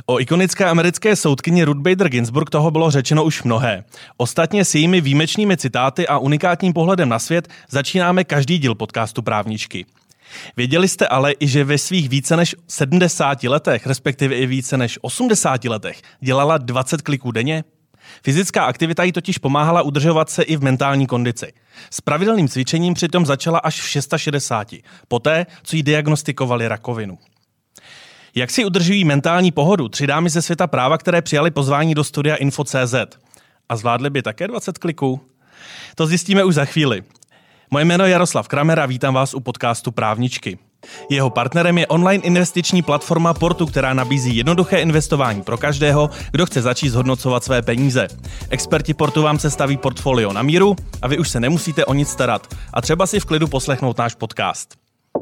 O ikonické americké soudkyni Ruth Bader Ginsburg toho bylo řečeno už mnohé. Ostatně s jejími výjimečnými citáty a unikátním pohledem na svět začínáme každý díl podcastu Právničky. Věděli jste ale i, že ve svých více než 70 letech, respektive i více než 80 letech, dělala 20 kliků denně? Fyzická aktivita jí totiž pomáhala udržovat se i v mentální kondici. S pravidelným cvičením přitom začala až v 660, poté, co jí diagnostikovali rakovinu. Jak si udržují mentální pohodu 3 dámy ze světa práva, které přijali pozvání do studia Info.cz? A zvládly by také 20 kliků? To zjistíme už za chvíli. Moje jméno je Jaroslav Kramer a vítám vás u podcastu Právničky. Jeho partnerem je online investiční platforma Portu, která nabízí jednoduché investování pro každého, kdo chce začít zhodnocovat své peníze. Experti Portu vám sestaví portfolio na míru a vy už se nemusíte o nic starat a třeba si v klidu poslechnout náš podcast.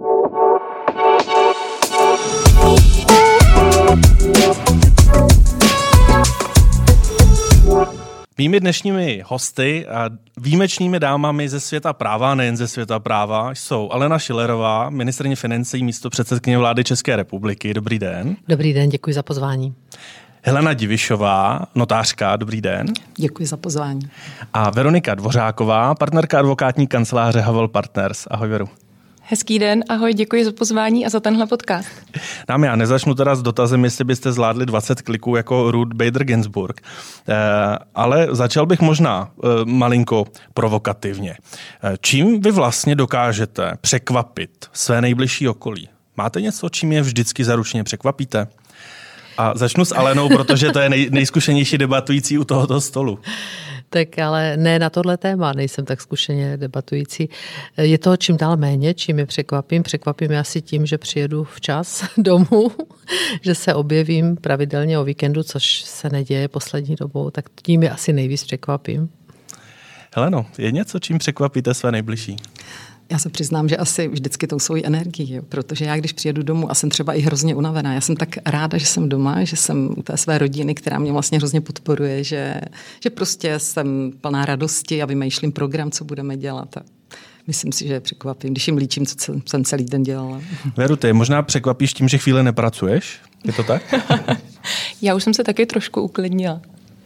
Mými dnešními hosty a výjimečnými dámami ze světa práva, nejen ze světa práva, jsou Alena Schillerová, ministryně financí, místopředsedkyně vlády České republiky. Dobrý den. Dobrý den, děkuji za pozvání. Helena Divišová, notářka. Dobrý den. Děkuji za pozvání. A Veronika Dvořáková, partnerka advokátní kanceláře Havel Partners. Ahoj, Veru. Hezký den, ahoj, děkuji za pozvání a za tenhle podcast. Dámy, já nezačnu teda s dotazem, jestli byste zvládli 20 kliků jako Ruth Bader Ginsburg, ale začal bych možná malinko provokativně. Čím vy vlastně dokážete překvapit své nejbližší okolí? Máte něco, čím je vždycky zaručně překvapíte? A začnu s Alenou, protože to je nejzkušenější debatující u tohoto stolu. Tak ale ne na tohle téma, nejsem tak zkušeně debatující. Je toho čím dál méně, čím je překvapím. Překvapím je asi tím, že přijedu včas domů, že se objevím pravidelně o víkendu, což se neděje poslední dobou, tak tím je asi nejvíc překvapím. Heleno, je něco, čím překvapíte své nejbližší? Já se přiznám, že asi vždycky tou svojí energii, protože já, když přijedu domů a jsem třeba i hrozně unavená, já jsem tak ráda, že jsem doma, že jsem u té své rodiny, která mě vlastně hrozně podporuje, že prostě jsem plná radosti a vymýšlím program, co budeme dělat. A myslím si, že je překvapím, když jim líčím, co jsem celý den dělala. Veru, ty možná překvapíš tím, že chvíli nepracuješ? Je to tak? Já už jsem se taky trošku uklidnila.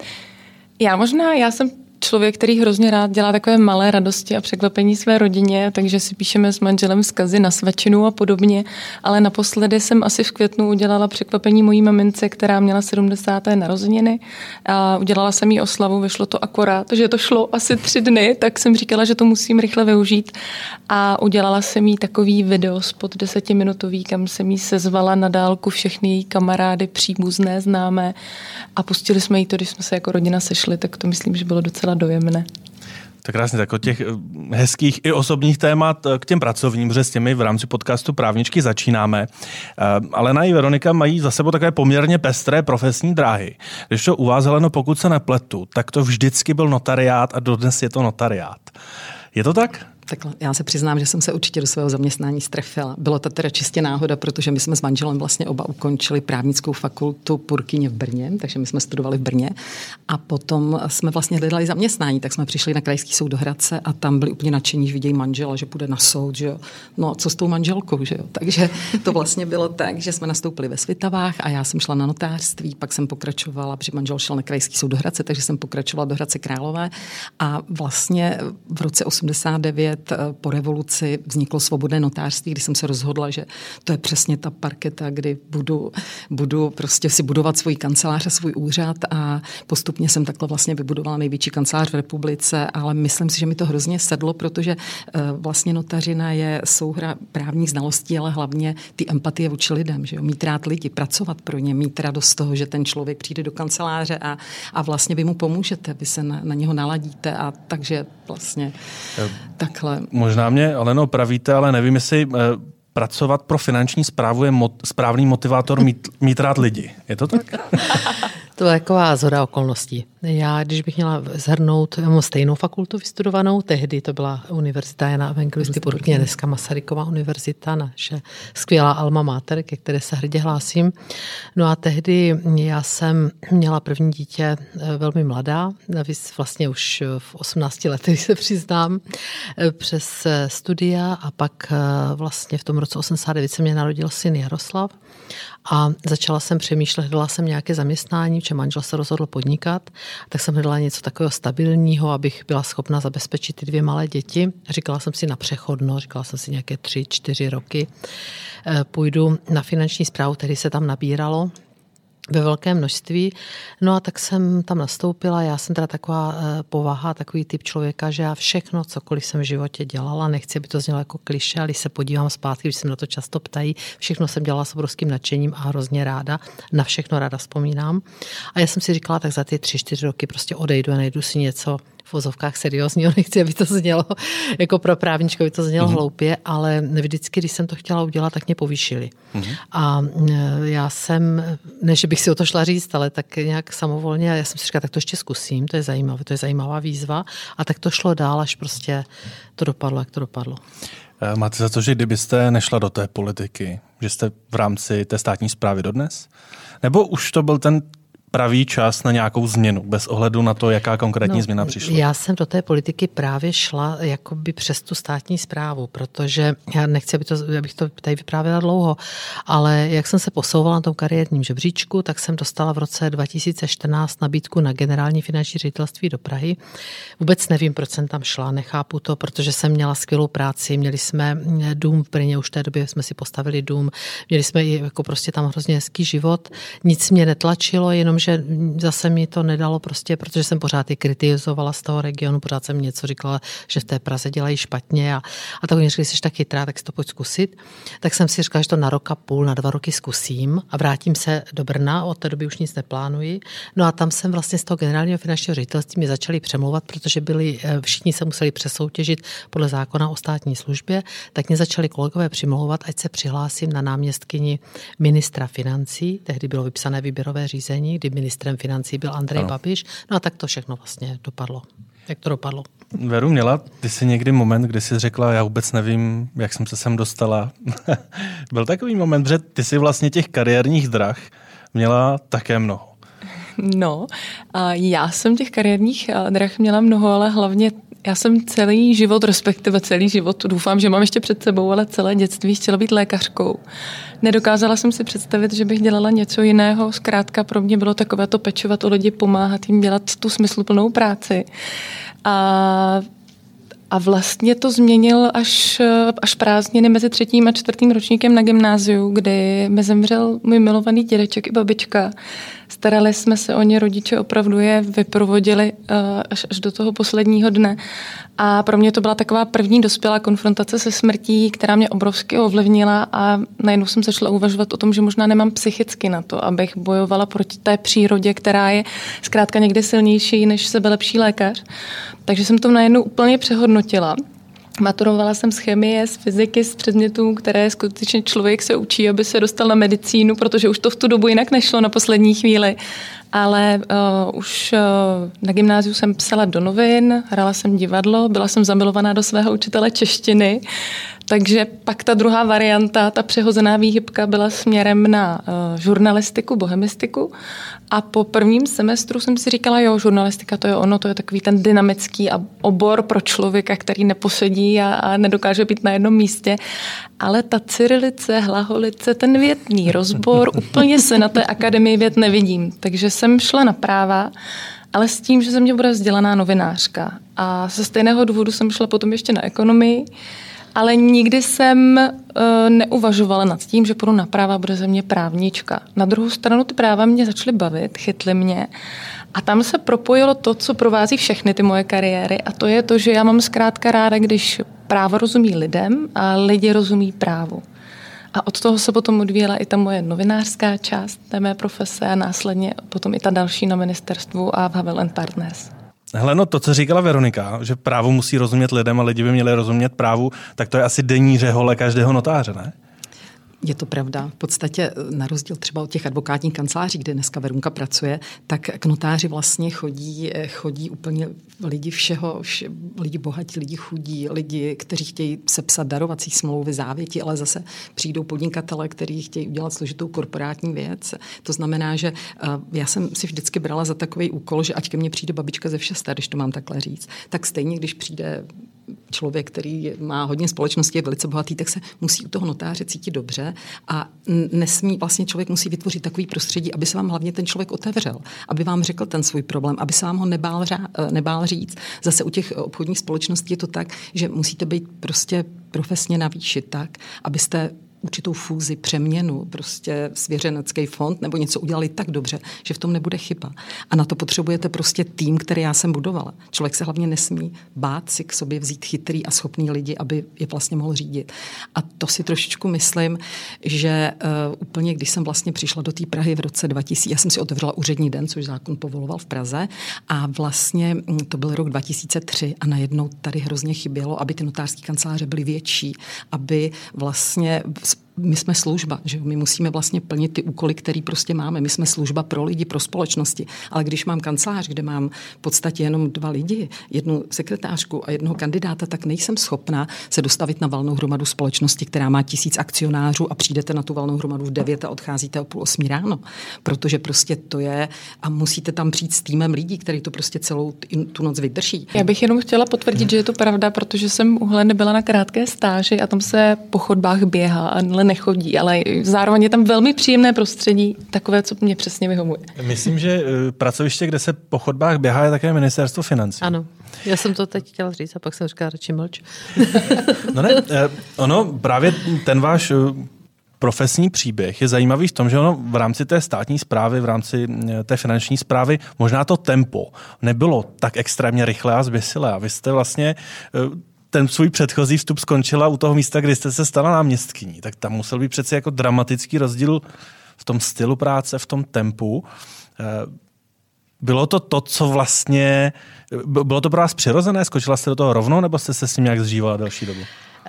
Já jsem člověk, který hrozně rád dělá takové malé radosti a překvapení své rodině, takže si píšeme s manželem vzkazy na svačinu a podobně, ale naposledy jsem asi v květnu udělala překvapení mojí mamince, která měla 70. narozeniny a udělala jsem jí oslavu, vyšlo to akorát, že to šlo asi 3 dny, tak jsem říkala, že to musím rychle využít a udělala jsem jí takový videospot 10minutový, kam jsem jí sezvala na dálku všechny její kamarády, příbuzné, známé a pustili jsme jí to, když jsme se jako rodina sešli, tak to myslím, že bylo docela dojemné. Tak krásně, tak od těch hezkých i osobních témat k těm pracovním, protože s těmi v rámci podcastu Právničky začínáme. Alena i Veronika mají za sebou takové poměrně pestré profesní dráhy. Když to u vás, Heleno, pokud se nepletu, tak to vždycky byl notariát a dodnes je to notariát. Je to tak? Takhle, já se přiznám, že jsem se určitě do svého zaměstnání strefila. Bylo to teda čistě náhoda, protože my jsme s manželem vlastně oba ukončili právnickou fakultu Purkyně v Brně, takže my jsme studovali v Brně a potom jsme vlastně hledali zaměstnání, tak jsme přišli na Krajský soud do Hradce a tam byli úplně nadšení, že vidějí manžela, že půjde na soud, že jo. No a co s tou manželkou, že jo. Takže to vlastně bylo tak, že jsme nastoupili ve Svitavách a já jsem šla na notářství, pak jsem pokračovala, protože manžel šel na Krajský soud do Hradce, takže jsem pokračovala do Hradce Králové a vlastně v roce 89 po revoluci vzniklo svobodné notářství, kdy jsem se rozhodla, že to je přesně ta parketa, kdy budu prostě si budovat svůj kancelář a svůj úřad a postupně jsem takhle vlastně vybudovala největší kancelář v republice, ale myslím si, že mi to hrozně sedlo, protože vlastně notařina je souhra právních znalostí, ale hlavně ty empatie vůči lidem, že jo? Mít rád lidi, pracovat pro ně, mít radost z toho, že ten člověk přijde do kanceláře a vlastně vy mu pomůžete, vy se na něho naladíte a takže vlastně takhle. Možná mě, Aleno, pravíte, ale nevím, jestli pracovat pro finanční správu je správný motivátor mít rád lidi. Je to tak? To je taková shoda okolností. Já, když bych měla shrnout, mám stejnou fakultu vystudovanou, tehdy to byla Univerzita Jana Evangelisty Purkyně, dneska Masarykova univerzita, naše skvělá alma mater, ke které se hrdě hlásím. No a tehdy já jsem měla první dítě velmi mladá, vlastně už v 18 letech se přiznám, přes studia a pak vlastně v tom roce 89 se mě narodil syn Jaroslav. A začala jsem přemýšlet, hledala jsem nějaké zaměstnání, protože manžel se rozhodl podnikat, tak jsem hledala něco takového stabilního, abych byla schopna zabezpečit ty 2 malé děti. Říkala jsem si na přechodno, říkala jsem si nějaké 3-4 roky. Půjdu na finanční správu, tehdy se tam nabíralo ve velkém množství. No a tak jsem tam nastoupila. Já jsem teda taková povaha, takový typ člověka, že já všechno, cokoliv jsem v životě dělala, nechci, aby to znělo jako klišé, ale když se podívám zpátky, když se na to často ptají, všechno jsem dělala s obrovským nadšením a hrozně ráda. Na všechno ráda vzpomínám. A já jsem si říkala, tak za ty 3-4 roky prostě odejdu a najdu si něco v vozovkách seriózního, nechci, aby to znělo jako pro právničku, aby to znělo hloupě, ale vždycky, když jsem to chtěla udělat, tak mě povýšili. A já jsem, ne, že bych si o to šla říct, ale tak nějak samovolně, já jsem si říkala, tak to ještě zkusím, to je zajímavé, to je zajímavá výzva a tak to šlo dál, až prostě to dopadlo, jak to dopadlo. Máte za to, že kdybyste nešla do té politiky, že jste v rámci té státní správy dodnes? Nebo už to byl ten pravý čas na nějakou změnu, bez ohledu na to, jaká konkrétní změna přišla? Já jsem do té politiky právě šla jakoby přes tu státní správu, protože já nechci, abych to tady vyprávěla dlouho, ale jak jsem se posouvala na tom kariérním žebříčku, tak jsem dostala v roce 2014 nabídku na generální finanční ředitelství do Prahy. Vůbec nevím, proč jsem tam šla, nechápu to, protože jsem měla skvělou práci, měli jsme dům v Brně, už v té době jsme si postavili dům, měli jsme i jako prostě tam hrozně hezký život, nic mě netlačilo, jenom že zase mi to nedalo prostě, protože jsem pořád i kritizovala z toho regionu, pořád jsem něco říkala, že v té Praze dělají špatně a tak oni řekli, jsi tak chytrá, tak si to pojď zkusit. Tak jsem si říkala, že to na 1,5 roku, na 2 roky zkusím a vrátím se do Brna, od té doby už nic neplánuji. No a tam jsem vlastně z toho generálního finančního ředitelství mě začali přemlouvat, protože všichni se museli přesoutěžit podle zákona o státní službě, tak mě začali kolegové přimlouvat, ať se přihlásím na náměstkyni ministra financí. Tehdy bylo vypsané výběrové řízení, kdy ministrem financí byl Andrej Babiš. No a tak to všechno vlastně dopadlo. Jak to dopadlo? Veru, měla ty jsi někdy moment, kdy jsi řekla, já vůbec nevím, jak jsem se sem dostala. Byl takový moment, že ty jsi vlastně těch kariérních drah měla také mnoho. No, a já jsem těch kariérních drah měla mnoho, ale hlavně já jsem celý život, respektive celý život, doufám, že mám ještě před sebou, ale celé dětství chtěla být lékařkou. Nedokázala jsem si představit, že bych dělala něco jiného. Zkrátka pro mě bylo takové to pečovat o lidi, pomáhat jim dělat tu smysluplnou práci. A vlastně to změnil až prázdniny mezi 3. a 4. ročníkem na gymnáziu, kdy mi zemřel můj milovaný dědeček i babička. Starali jsme se o ně, rodiče opravdu je vyprovodili až do toho posledního dne. A pro mě to byla taková první dospělá konfrontace se smrtí, která mě obrovsky ovlivnila a najednou jsem začala uvažovat o tom, že možná nemám psychicky na to, abych bojovala proti té přírodě, která je zkrátka někdy silnější než sebelepší lékař. Takže jsem to najednou úplně přehodnotila. Maturovala jsem z chemie, z fyziky, z předmětů, které skutečně člověk se učí, aby se dostal na medicínu, protože už to v tu dobu jinak nešlo na poslední chvíli. Ale už na gymnáziu jsem psala do novin, hrála jsem divadlo, byla jsem zamilovaná do svého učitele češtiny, takže pak ta druhá varianta, ta přehozená výhybka byla směrem na žurnalistiku, bohemistiku a po prvním semestru jsem si říkala, jo, žurnalistika to je ono, to je takový ten dynamický obor pro člověka, který neposedí a nedokáže být na jednom místě, ale ta cyrilice, hlaholice, ten větný rozbor, úplně se na té akademii věd nevidím, takže jsem šla na práva, ale s tím, že ze mě bude vzdělaná novinářka a ze stejného důvodu jsem šla potom ještě na ekonomii, ale nikdy jsem neuvažovala nad tím, že půjdu na práva, bude ze mě právnička. Na druhou stranu ty práva mě začaly bavit, chytly mě a tam se propojilo to, co provází všechny ty moje kariéry a to je to, že já mám zkrátka ráda, když právo rozumí lidem a lidi rozumí právu. A od toho se potom odvíjela i ta moje novinářská část té mé profese a následně potom i ta další na ministerstvu a v Havel & Partners. Hele, no to, co říkala Veronika, že právo musí rozumět lidem a lidi by měli rozumět právu, tak to je asi denní řehole každého notáře, ne? Je to pravda. V podstatě na rozdíl třeba od těch advokátních kanceláří, kde dneska Verunka pracuje, tak k notáři vlastně chodí úplně lidi všeho, lidi bohatí, lidi chudí, lidi, kteří chtějí sepsat darovací smlouvy, závěti, ale zase přijdou podnikatele, kteří chtějí udělat složitou korporátní věc. To znamená, že já jsem si vždycky brala za takový úkol, že ať ke mně přijde babička ze všesta, když to mám takhle říct, tak stejně, když přijde člověk, který má hodně společnosti, je velice bohatý, tak se musí u toho notáře cítit dobře a nesmí, vlastně člověk musí vytvořit takový prostředí, aby se vám hlavně ten člověk otevřel, aby vám řekl ten svůj problém, aby se vám ho nebál říct. Zase u těch obchodních společností je to tak, že musíte být prostě profesně na výši tak, abyste určitou fúzi, přeměnu, prostě svěřenecký fond nebo něco udělali tak dobře, že v tom nebude chyba. A na to potřebujete prostě tým, který já jsem budovala. Člověk se hlavně nesmí bát si k sobě vzít chytrý a schopný lidi, aby je vlastně mohl řídit. A to si trošičku myslím, že úplně, když jsem vlastně přišla do té Prahy v roce 2000, já jsem si otevřela úřední den, což zákon povoloval v Praze, a vlastně to byl rok 2003 a najednou tady hrozně chybělo, aby ty notářské kanceláře byly větší, aby vlastně my jsme služba, že my musíme vlastně plnit ty úkoly, které prostě máme. My jsme služba pro lidi, pro společnosti. Ale když mám kancelář, kde mám v podstatě jenom 2 lidi, jednu sekretářku a jednoho kandidáta, tak nejsem schopná se dostavit na valnou hromadu společnosti, která má 1000 akcionářů a přijdete na tu valnou hromadu v 9 a odcházíte o 7:30 ráno. Protože prostě to je a musíte tam přijít s týmem lidí, který to prostě celou tu noc vydrží. Já bych jenom chtěla potvrdit, že je to pravda, protože jsem u Heleny byla na krátké stáži a tam se po chodbách běhá a nechodí, ale zároveň je tam velmi příjemné prostředí, takové, co mě přesně vyhovuje. Myslím, že pracoviště, kde se po chodbách běhá, je také ministerstvo financí. Ano, já jsem to teď chtěla říct a pak jsem říkala, radši mlč. No ne, ono právě ten váš profesní příběh je zajímavý v tom, že ono v rámci té státní správy, v rámci té finanční správy, možná to tempo nebylo tak extrémně rychlé a zběsilé. A vy jste vlastně ten svůj předchozí vstup skončila u toho místa, kdy jste se stala náměstkyní. Tak tam musel být přeci jako dramatický rozdíl v tom stylu práce, v tom tempu. Bylo to, co vlastně... Bylo to pro vás přirozené? Skočila jste do toho rovnou, nebo jste se s tím nějak zžívala další dobu?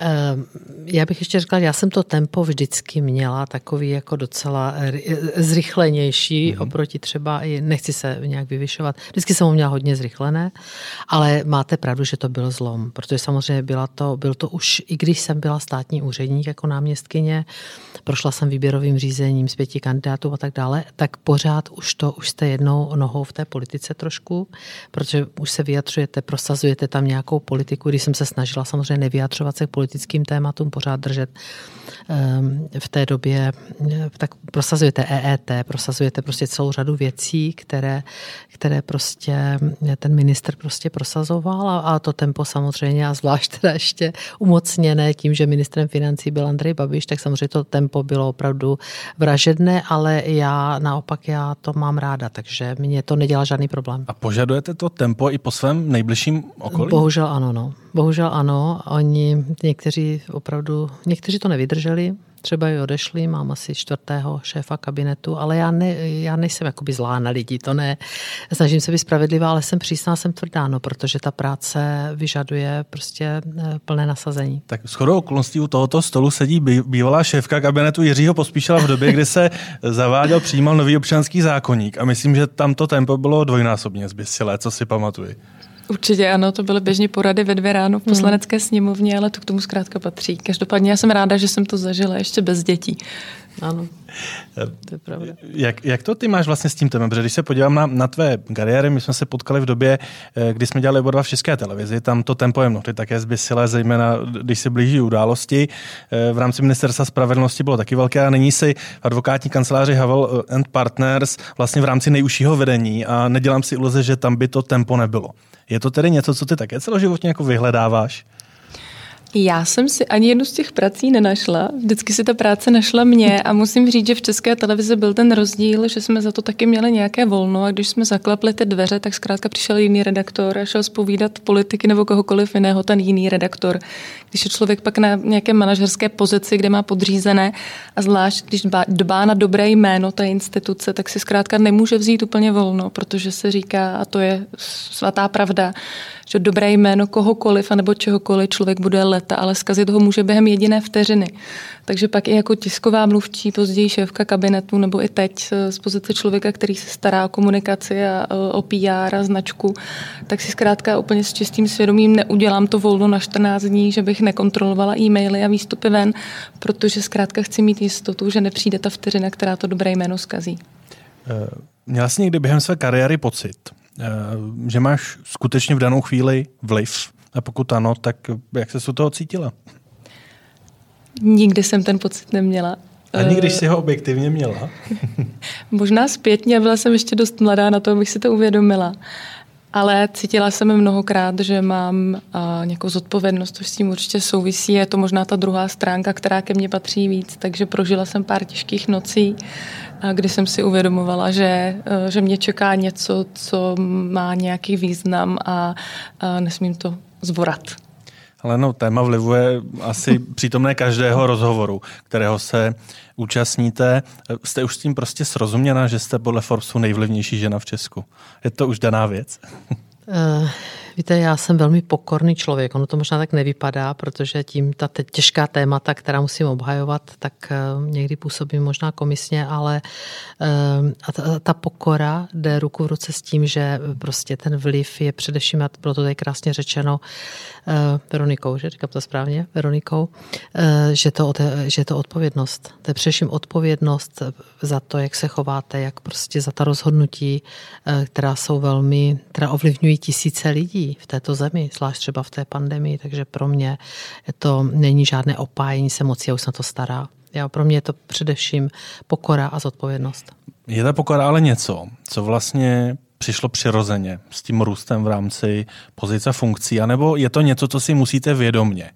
Já bych ještě řekla, já jsem to tempo vždycky měla takový jako docela zrychlenější oproti třeba, nechci se nějak vyvyšovat, vždycky jsem ho měla hodně zrychlené, ale máte pravdu, že to byl zlom, protože samozřejmě byl to už, i když jsem byla státní úředník jako náměstkyně, prošla jsem výběrovým řízením z 5 kandidátů a tak dále, tak pořád už jste jednou nohou v té politice trošku, protože už se vyjadřujete, prosazujete tam nějakou politiku, když jsem se snažila samozřejmě nevyjadřovat se k politickým tématům, pořád držet v té době, tak prosazujete EET, prosazujete prostě celou řadu věcí, které prostě ten ministr prostě prosazoval a to tempo samozřejmě a zvlášť teda ještě umocněné tím, že ministrem financí byl Andrej Babiš, tak samozřejmě to tempo bylo opravdu vražedné, ale naopak já to mám ráda, takže mě to nedělá žádný problém. A požadujete to tempo i po svém nejbližším okolí? Bohužel ano, no. Bohužel ano. Někteří to nevydrželi, třeba i odešli, mám asi 4. šéfa kabinetu, ale já nejsem jakoby zlá na lidi, to ne. Snažím se být spravedlivá, ale jsem přísná, jsem tvrdá, no, protože ta práce vyžaduje prostě plné nasazení. Tak shodou okolností u tohoto stolu sedí bývalá šéfka kabinetu Jiřího Pospíšila v době, kdy se přijímal nový občanský zákoník a myslím, že tam to tempo bylo dvojnásobně zběsilé, co si pamatuji. Určitě ano, to byly běžně porady ve 2 ráno v Poslanecké sněmovně, ale to k tomu zkrátka patří. Každopádně já jsem ráda, že jsem to zažila ještě bez dětí. Ano, to je pravda. Jak to ty máš vlastně s tím tématem? Protože když se podívám na tvé kariéry, my jsme se potkali v době, kdy jsme dělali oba 2 v České televizi, tam to tempo je mnohdy také zběsilé, zejména když se blíží události. V rámci ministerstva spravedlnosti bylo taky velké a nyní si advokátní kanceláři Havel & Partners vlastně v rámci nejužšího vedení a nedělám si iluze, že tam by to tempo nebylo. Je to tedy něco, co ty také celoživotně jako vyhledáváš? Já jsem si ani jednu z těch prací nenašla. Vždycky si ta práce našla mě a musím říct, že v České televizi byl ten rozdíl, že jsme za to taky měli nějaké volno a když jsme zaklapli ty dveře, tak zkrátka přišel jiný redaktor a šel zpovídat politiky nebo kohokoliv jiného, ten jiný redaktor. Když je člověk pak na nějaké manažerské pozici, kde má podřízené a zvlášť, když dbá na dobré jméno té instituce, tak si zkrátka nemůže vzít úplně volno, protože se říká, a to je svatá pravda, že dobré jméno kohokoliv anebo čehokoliv člověk bude leta, ale zkazit ho může během jediné vteřiny. Takže pak i jako tisková mluvčí, později šéfka kabinetu nebo i teď z pozice člověka, který se stará o komunikaci a o PR a značku, tak si zkrátka úplně s čistým svědomím neudělám to volno na 14 dní, že bych nekontrolovala e-maily a výstupy ven, protože zkrátka chci mít jistotu, že nepřijde ta vteřina, která to dobré jméno zkazí. Měla jsi někdy během své kariéry pocit, že máš skutečně v danou chvíli vliv A pokud ano, tak jak se u toho cítila? Nikdy jsem ten pocit neměla. Ani když jsi ho objektivně měla? Možná zpětně, byla jsem ještě dost mladá na to, abych si to uvědomila. Ale cítila jsem mnohokrát, že mám nějakou zodpovědnost, což s tím určitě souvisí. Je to možná ta druhá stránka, která ke mně patří víc. Takže prožila jsem pár těžkých nocí, kdy jsem si uvědomovala, že mě čeká něco, co má nějaký význam a nesmím to zvorat. Ale no, téma vlivu je asi přítomné každého rozhovoru, kterého se účastníte. Jste už s tím prostě srozuměna, že jste podle Forbesu nejvlivnější žena v Česku? Je to už daná věc? Víte, já jsem velmi pokorný člověk. Ono to možná tak nevypadá, protože tím ta těžká témata, která musím obhajovat, tak někdy působím možná komisně, ale ta pokora jde ruku v ruce s tím, že prostě ten vliv je především, a bylo to tady krásně řečeno Veronikou, že říkám to správně, Veronikou, že je to odpovědnost. To je především odpovědnost za to, jak se chováte, jak prostě za ta rozhodnutí, která ovlivňují tisíce lidí v této zemi, zvlášť třeba v té pandemii, takže pro mě to není žádné opájení se moci, já už se na to stará. Pro mě je to především pokora a zodpovědnost. Je ta pokora ale něco, co vlastně přišlo přirozeně s tím růstem v rámci pozice funkcí, anebo je to něco, co si musíte vědomně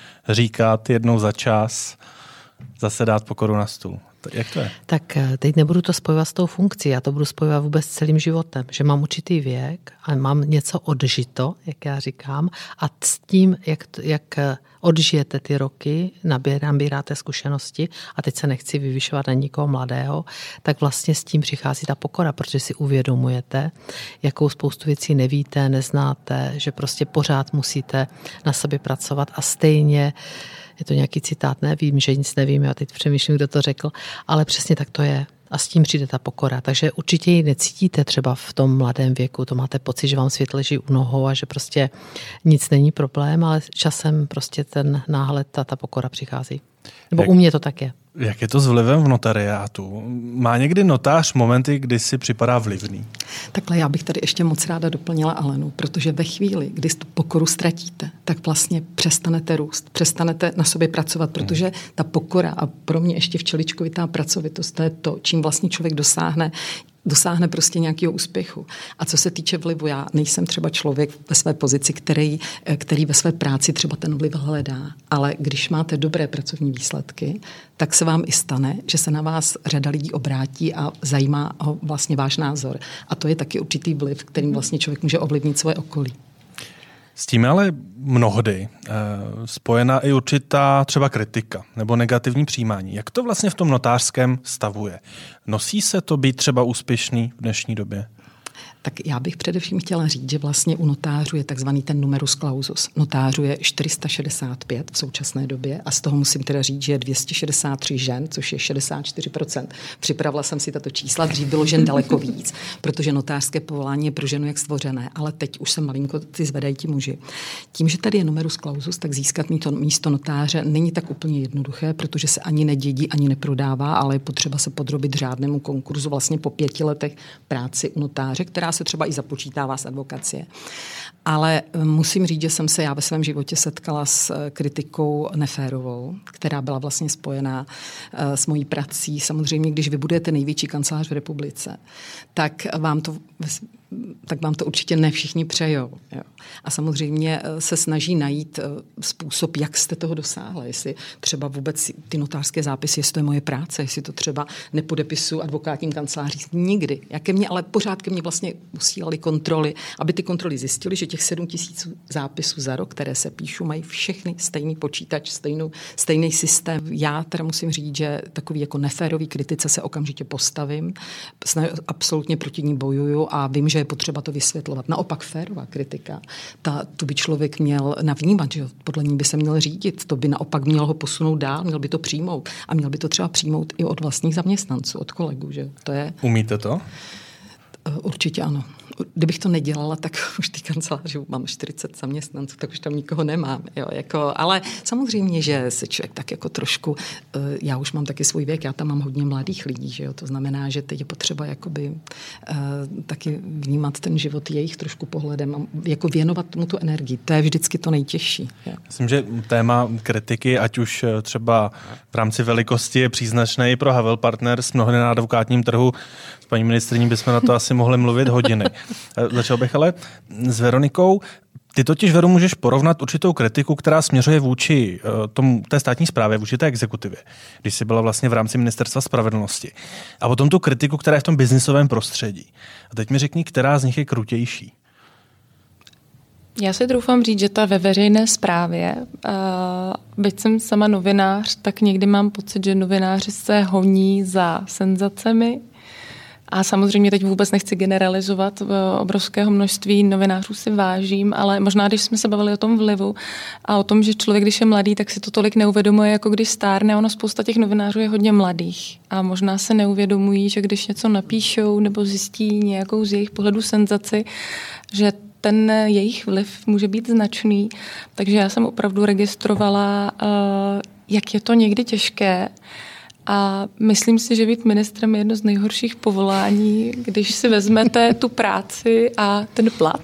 říkat jednou za čas, zase dát pokoru na stůl? Jak to je? Tak teď nebudu to spojovat s tou funkcí, já to budu spojovat vůbec s celým životem, že mám určitý věk a mám něco odžito, jak já říkám, a s tím, jak odžijete ty roky, nabíráte zkušenosti a teď se nechci vyvyšovat na nikoho mladého, tak vlastně s tím přichází ta pokora, protože si uvědomujete, jakou spoustu věcí nevíte, neznáte, že prostě pořád musíte na sobě pracovat a stejně je to nějaký citát, nevím, že nic nevím, já teď přemýšlím, kdo to řekl, ale přesně tak to je. A s tím přijde ta pokora. Takže určitě ji necítíte třeba v tom mladém věku, to máte pocit, že vám svět leží u nohou a že prostě nic není problém, ale časem prostě ten náhled, ta pokora přichází. Nebo u mě to tak je. Jak je to s vlivem v notariátu? Má někdy notář momenty, kdy si připadá vlivný? Takhle já bych tady ještě moc ráda doplnila Alenu, protože ve chvíli, kdy tu pokoru ztratíte, tak vlastně přestanete růst, přestanete na sobě pracovat, protože ta pokora a pro mě ještě včeličkovitá pracovitost, to je to, čím vlastně člověk dosáhne prostě nějakého úspěchu. A co se týče vlivu, já nejsem třeba člověk ve své pozici, který ve své práci třeba ten vliv hledá, ale když máte dobré pracovní výsledky, tak se vám i stane, že se na vás řada lidí obrátí a zajímá ho vlastně váš názor. A to je taky určitý vliv, kterým vlastně člověk může ovlivnit svoje okolí. S tím ale mnohdy spojená i určitá třeba kritika nebo negativní přijímání. Jak to vlastně v tom notářském stavu je? Nosí se to být třeba úspěšný v dnešní době? Tak já bych především chtěla říct, že vlastně u notářů je takzvaný ten numerus clausus. Notářů je 465 v současné době a z toho musím teda říct, že je 263 žen, což je 64%. Připravila jsem si tato čísla, dřív bylo žen daleko víc, protože notářské povolání je pro ženu jak stvořené, ale teď už se malinko ty zvedají ti muži. Tím, že tady je numerus clausus, tak získat místo notáře není tak úplně jednoduché, protože se ani nedědí, ani neprodává, ale je potřeba se podrobit řádnému konkurzu vlastně po 5 letech práci u notáře, která se třeba i započítává z advokacie. Ale musím říct, že jsem se já ve svém životě setkala s kritikou neférovou, která byla vlastně spojená s mojí prací. Samozřejmě, když vybudujete největší kancelář v republice, tak vám to určitě ne všichni přejou. Jo. A samozřejmě se snaží najít způsob, jak jste toho dosáhli. Jestli třeba vůbec ty notářské zápisy, jestli to je moje práce, jestli to třeba nepodepisuju advokátním kancelářím nikdy. Ale pořád ke mně vlastně posílali kontroly, aby ty kontroly zjistily, že těch 7 000 zápisů za rok, které se píšu, mají všechny stejný počítač, stejný systém. Já teda musím říct, že takový jako neférový kritice se okamžitě postavím, absolutně proti ní bojuju a vím, že je potřeba to vysvětlovat. Naopak férová kritika, tu by člověk měl navnímat, že podle ní by se měl řídit, to by naopak měl ho posunout dál, měl by to přijmout a měl by to třeba přijmout i od vlastních zaměstnanců, od kolegů. Že? To je... Umíte to? Určitě ano. Kdybych to nedělala, tak už ty kanceláři mám 40 zaměstnanců, tak už tam nikoho nemám. Jo, jako, ale samozřejmě, že se člověk tak jako trošku, já už mám taky svůj věk, já tam mám hodně mladých lidí, že jo, to znamená, že teď je potřeba jakoby taky vnímat ten život jejich trošku pohledem a jako věnovat tomu tu energii. To je vždycky to nejtěžší. Jo. Myslím, že téma kritiky, ať už třeba v rámci velikosti, je příznačné i pro Havel Partners, mnohdy na advokátním trhu. S paní ministryní bychom na to asi mohli mluvit hodiny. Začal bych ale s Veronikou. Ty totiž, Veru, můžeš porovnat určitou kritiku, která směřuje vůči té státní správě, vůči té exekutivě, když jsi byla vlastně v rámci Ministerstva spravedlnosti. A potom tu kritiku, která je v tom biznisovém prostředí. A teď mi řekni, která z nich je krutější. Já si troufám říct, že ta ve veřejné správě, byť jsem sama novinář, tak někdy mám pocit, že novináři se honí za senzacemi. A samozřejmě teď vůbec nechci generalizovat, obrovského množství novinářů si vážím, ale možná, když jsme se bavili o tom vlivu a o tom, že člověk, když je mladý, tak si to tolik neuvědomuje, jako když stárne. Ono spousta těch novinářů je hodně mladých a možná se neuvědomují, že když něco napíšou nebo zjistí nějakou z jejich pohledu senzaci, že ten jejich vliv může být značný. Takže já jsem opravdu registrovala, jak je to někdy těžké. A myslím si, že být ministrem je jedno z nejhorších povolání, když si vezmete tu práci a ten plat.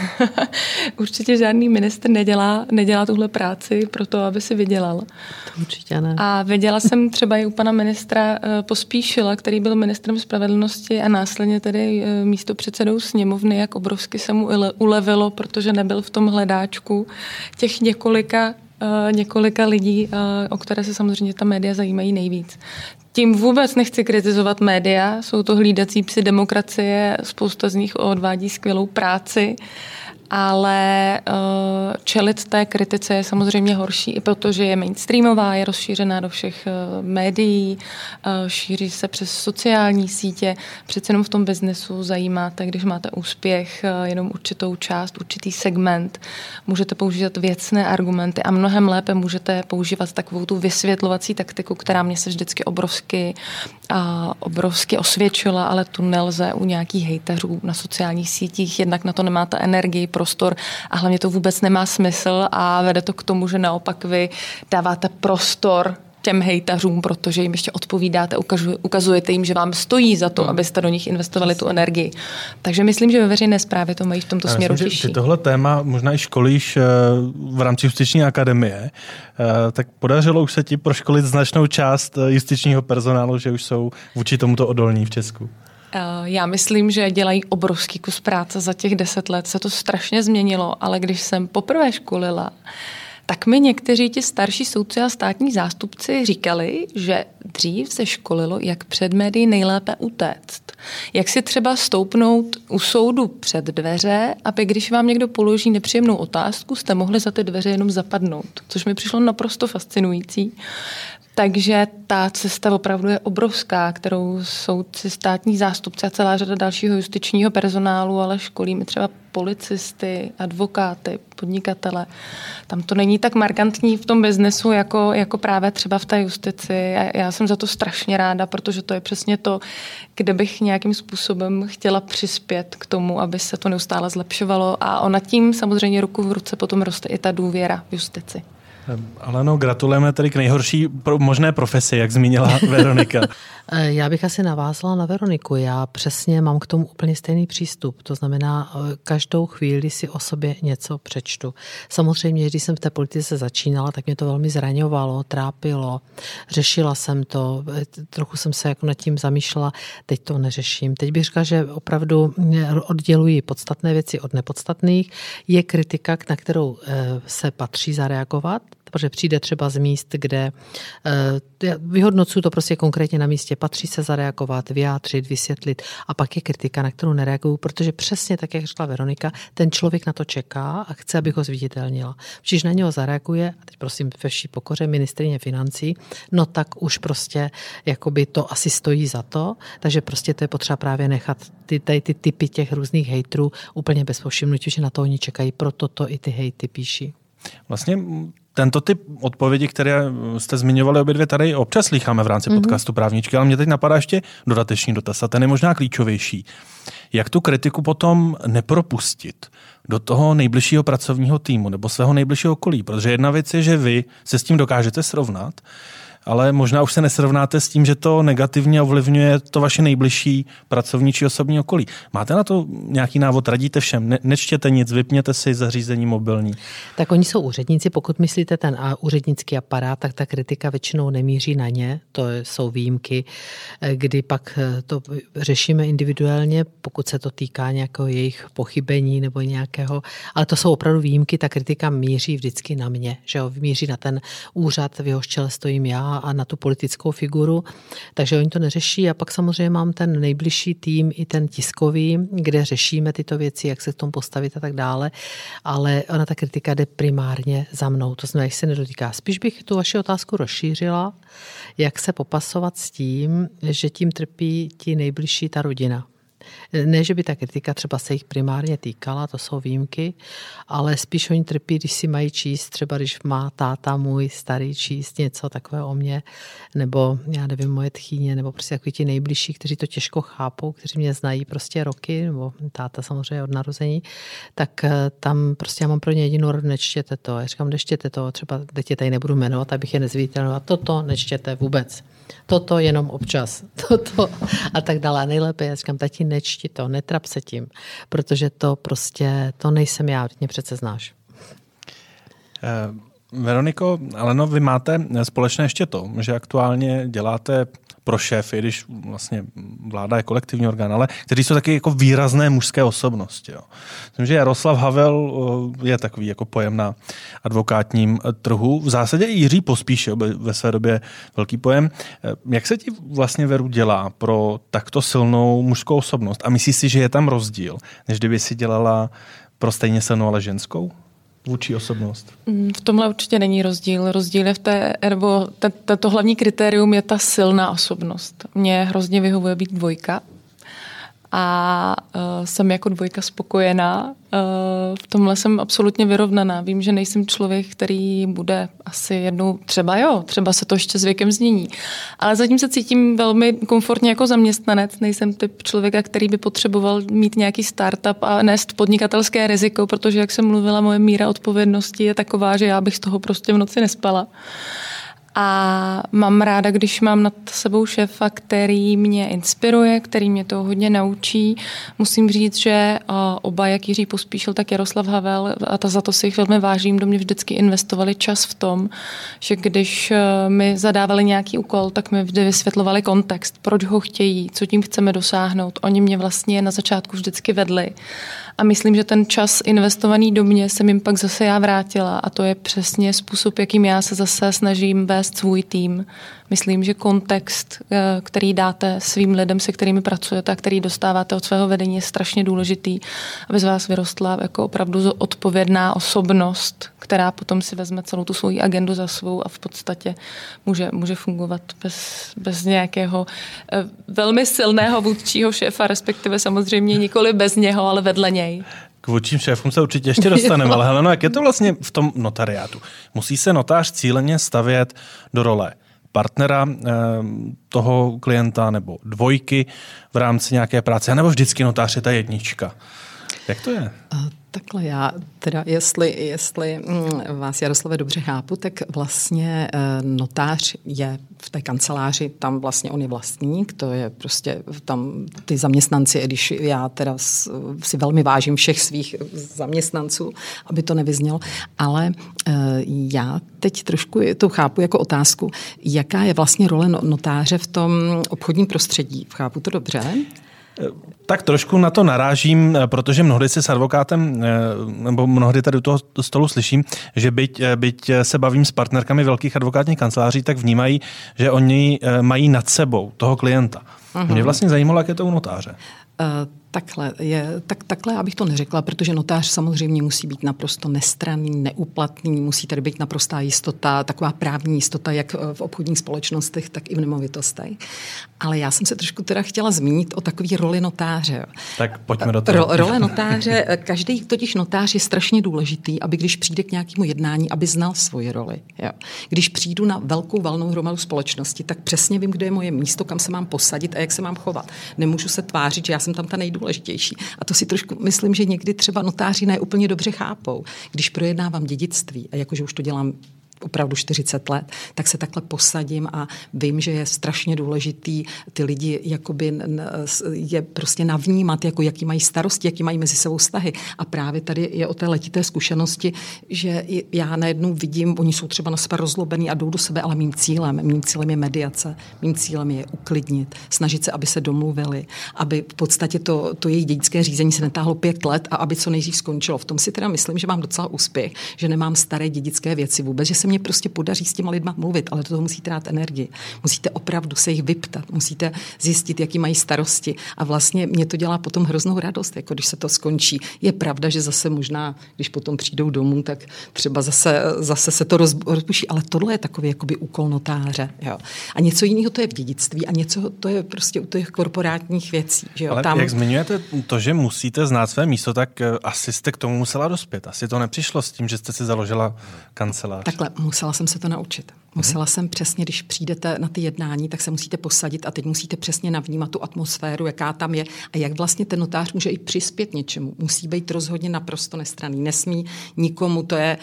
Určitě žádný ministr nedělá tuhle práci pro to, aby si vydělal. To určitě ne. A viděla jsem třeba i u pana ministra Pospíšila, který byl ministrem spravedlnosti a následně tedy místopředsedou sněmovny, jak obrovsky se mu ulevilo, protože nebyl v tom hledáčku těch několika lidí, o které se samozřejmě ta média zajímají nejvíc. Tím vůbec nechci kritizovat média, jsou to hlídací psi demokracie, spousta z nich odvádí skvělou práci, ale čelit té kritice je samozřejmě horší i protože je mainstreamová, je rozšířená do všech médií, šíří se přes sociální sítě. Přece jenom v tom biznesu zajímáte, když máte úspěch, jenom určitou část, určitý segment. Můžete používat věcné argumenty a mnohem lépe můžete používat takovou tu vysvětlovací taktiku, která mě se vždycky obrovsky osvědčila, ale tu nelze u nějakých hejtařů na sociálních sítích. Jednak na to nemáte energii, prostor a hlavně to vůbec nemá smysl a vede to k tomu, že naopak vy dáváte prostor těm hejtařům, protože jim ještě odpovídáte, ukazujete jim, že vám stojí za to, abyste do nich investovali tu energii. Takže myslím, že ve veřejné správě to mají v tomto směru těžší. Ty tohle téma možná i školíš v rámci justiční akademie, tak podařilo už se ti proškolit značnou část justičního personálu, že už jsou vůči tomuto odolní v Česku? Já myslím, že dělají obrovský kus práce. Za těch 10 let se to strašně změnilo, ale když jsem poprvé školila, tak mi někteří ti starší soudci a státní zástupci říkali, že dřív se školilo, jak před médií nejlépe utéct. Jak si třeba stoupnout u soudu před dveře, aby když vám někdo položí nepříjemnou otázku, jste mohli za ty dveře jenom zapadnout, což mi přišlo naprosto fascinující. Takže ta cesta opravdu je obrovská, kterou soudci, státní zástupci a celá řada dalšího justičního personálu, ale školíme třeba policisty, advokáty, podnikatele. Tam to není tak markantní v tom biznesu, jako právě třeba v té justici. Já jsem za to strašně ráda, protože to je přesně to, kde bych nějakým způsobem chtěla přispět k tomu, aby se to neustále zlepšovalo a ona tím samozřejmě ruku v ruce potom roste i ta důvěra v justici. Aleno, gratulujeme tedy k nejhorší možné profesi, jak zmínila Veronika. Já bych asi navázala na Veroniku. Já přesně mám k tomu úplně stejný přístup. To znamená, každou chvíli si o sobě něco přečtu. Samozřejmě, když jsem v té politice začínala, tak mě to velmi zraňovalo, trápilo. Řešila jsem to, trochu jsem se jako nad tím zamýšlela, teď to neřeším. Teď bych řekla, že opravdu odděluji podstatné věci od nepodstatných. Je kritika, na kterou se patří zareagovat, protože přijde třeba z míst, kde vyhodnocuju to prostě konkrétně na místě, patří se zareagovat, vyjádřit, vysvětlit a pak je kritika, na kterou nereaguju, protože přesně tak, jak řekla Veronika, ten člověk na to čeká a chce, abych ho zviditelnila. Když na něho zareaguje, a teď prosím ve vší pokoře ministryně financí, no tak už prostě jakoby to asi stojí za to, takže prostě to je potřeba právě nechat ty typy těch různých hejtrů úplně bez povšimnutí, že na to oni čekají, proto to i ty hejty píší. Vlastně tento typ odpovědi, které jste zmiňovali obě dvě, tady občas slycháme v rámci podcastu Právničky, ale mě teď napadá ještě dodatečný dotaz a ten je možná klíčovější. Jak tu kritiku potom nepropustit do toho nejbližšího pracovního týmu nebo svého nejbližšího okolí? Protože jedna věc je, že vy se s tím dokážete srovnat, ale možná už se nesrovnáte s tím, že to negativně ovlivňuje to vaše nejbližší pracovní či osobní okolí. Máte na to nějaký návod? Radíte všem? Nečtěte nic, vypněte si zařízení mobilní. Tak oni jsou úředníci, pokud myslíte ten úřednický aparát, tak ta kritika většinou nemíří na ně, to jsou výjimky, kdy pak to řešíme individuálně, pokud se to týká nějakého jejich pochybení nebo nějakého, ale to jsou opravdu výjimky, ta kritika míří vždycky na mě, že jo, míří na ten úřad, v jehož čele stojím já a na tu politickou figuru, takže oni to neřeší a pak samozřejmě mám ten nejbližší tým i ten tiskový, kde řešíme tyto věci, jak se k tomu postavit a tak dále, ale ona ta kritika jde primárně za mnou, to znamená, že se nedotýká. Spíš bych tu vaši otázku rozšířila, jak se popasovat s tím, že tím trpí ti nejbližší ta rodina. Ne, že by ta kritika třeba se jich primárně týkala, to jsou výjimky, ale spíš oni trpí, když si mají číst, třeba když má táta můj starý číst něco takového o mě, nebo já nevím, moje tchýně, nebo prostě takový ti nejbližší, kteří to těžko chápou, kteří mě znají prostě roky, nebo táta samozřejmě od narození, tak tam prostě já mám pro ně jedinou radu, nečtěte to. Já říkám, nečtěte to, třeba teď je tady nebudu jmenovat, abych je nezviditelnoval, toto nečtěte vůbec. Toto jenom občas, toto a tak dále. A nejlépe, já říkám, tati, nečti to, netrap se tím, protože to prostě, to nejsem já, mě přece znáš. Veroniko, Aleno, vy máte společné ještě to, že aktuálně děláte pro šéfy, když vlastně vláda je kolektivní orgán, ale kteří jsou taky jako výrazné mužské osobnosti. Jo. Myslím, že Jaroslav Havel je takový jako pojem na advokátním trhu. V zásadě i Jiří Pospíšil ve své době velký pojem. Jak se ti vlastně, Veru, dělá pro takto silnou mužskou osobnost? A myslíš si, že je tam rozdíl, než kdyby si dělala pro stejně silnou, ale ženskou vůči osobnost? V tomhle určitě není rozdíl. Rozdíl je v té, nebo to hlavní kritérium je ta silná osobnost. Mně hrozně vyhovuje být dvojka a jsem jako dvojka spokojená. V tomhle jsem absolutně vyrovnaná. Vím, že nejsem člověk, který bude asi jednou, třeba se to ještě s věkem změní. Ale zatím se cítím velmi komfortně jako zaměstnanec. Nejsem typ člověka, který by potřeboval mít nějaký startup a nést podnikatelské riziko, protože, jak jsem mluvila, moje míra odpovědnosti je taková, že já bych z toho prostě v noci nespala. A mám ráda, když mám nad sebou šéfa, který mě inspiruje, který mě to hodně naučí. Musím říct, že oba, jak Jiří Pospíšil, tak Jaroslav Havel, a za to si jich velmi vážím, do mě vždycky investovali čas v tom, že když mi zadávali nějaký úkol, tak mi vždy vysvětlovali kontext, proč ho chtějí, co tím chceme dosáhnout. Oni mě vlastně na začátku vždycky vedli. A myslím, že ten čas investovaný do mě jsem jim pak zase já vrátila a to je přesně způsob, jakým já se zase snažím vést svůj tým. Myslím, že kontext, který dáte svým lidem, se kterými pracujete a který dostáváte od svého vedení, je strašně důležitý, aby z vás vyrostla jako opravdu odpovědná osobnost, která potom si vezme celou tu svoji agendu za svou a v podstatě může fungovat bez nějakého velmi silného vůdčího šéfa, respektive samozřejmě nikoli bez něho, ale vedle něj. K vůdčím šéfům se určitě ještě dostaneme, ale Heleno, jak je to vlastně v tom notariátu? Musí se notář cíleně stavět do role partnera toho klienta nebo dvojky v rámci nějaké práce, nebo vždycky notář je ta jednička? Jak to je? Takhle já teda, jestli vás, Jaroslave, dobře chápu, tak vlastně notář je v té kanceláři, tam vlastně on je vlastník, to je prostě tam ty zaměstnanci, když já teda si velmi vážím všech svých zaměstnanců, aby to nevyznělo, ale já teď trošku to chápu jako otázku, jaká je vlastně role notáře v tom obchodním prostředí. Chápu to dobře? Tak trošku na to narážím, protože mnohdy se s advokátem, nebo mnohdy tady u toho stolu slyším, že byť se bavím s partnerkami velkých advokátních kanceláří, tak vnímají, že oni mají nad sebou toho klienta. Mě vlastně zajímalo, jak je to u notáře. Takhle já bych to neřekla, protože notář samozřejmě musí být naprosto nestranný, neúplatný, musí tady být naprostá jistota, taková právní jistota, jak v obchodních společnostech, tak i v nemovitostech. Ale já jsem se trošku teda chtěla zmínit o takové roli notáře. Tak pojďme do toho. Role notáře, každý totiž notář je strašně důležitý, aby když přijde k nějakému jednání, aby znal svoji roli. Jo. Když přijdu na velkou valnou hromadu společnosti, tak přesně vím, kde je moje místo, kam se mám posadit a jak se mám chovat. Nemůžu se tvářit, že já jsem tam ta nejdůležitější. A to si trošku myslím, že někdy třeba notáři ne úplně dobře chápou. Když projednávám dědictví, a jakože už to dělám opravdu 40 let, tak se takhle posadím a vím, že je strašně důležitý ty lidi jakoby je prostě navnímat, jako jaký mají starosti, jaký mají mezi sebou vztahy. A právě tady je o té letité zkušenosti, že já najednou vidím, oni jsou třeba na sebe rozlobení a jdou do sebe, ale mým cílem je mediace, mým cílem je uklidnit, snažit se, aby se domluvili, aby v podstatě to jejich dědické řízení se netáhlo 5 let a aby co nejdřív skončilo. V tom si teda myslím, že mám docela úspěch, že nemám staré dědické věci vůbec, že se mně prostě podaří s těma lidma mluvit, ale do toho musíte dát energii. Musíte opravdu se jich vyptat, musíte zjistit, jaký mají starosti a vlastně mě to dělá potom hroznou radost, jako když se to skončí. Je pravda, že zase možná, když potom přijdou domů, tak třeba zase se to rozpuší, ale tohle je takový jakoby úkol notáře. Jo. A něco jiného to je v dědictví a něco to je prostě u těch korporátních věcí. Že jo. Ale tam... jak zmiňujete to, že musíte znát své místo, tak asi jste k tomu musela dospět. Asi to nepřišlo s tím, že jste si založila kancelář. Takhle, musela jsem se to naučit. Musela jsem přesně, když přijdete na ty jednání, tak se musíte posadit a teď musíte přesně navnímat tu atmosféru, jaká tam je a jak vlastně ten notář může i přispět něčemu. Musí být rozhodně naprosto nestranný. Nesmí nikomu, to je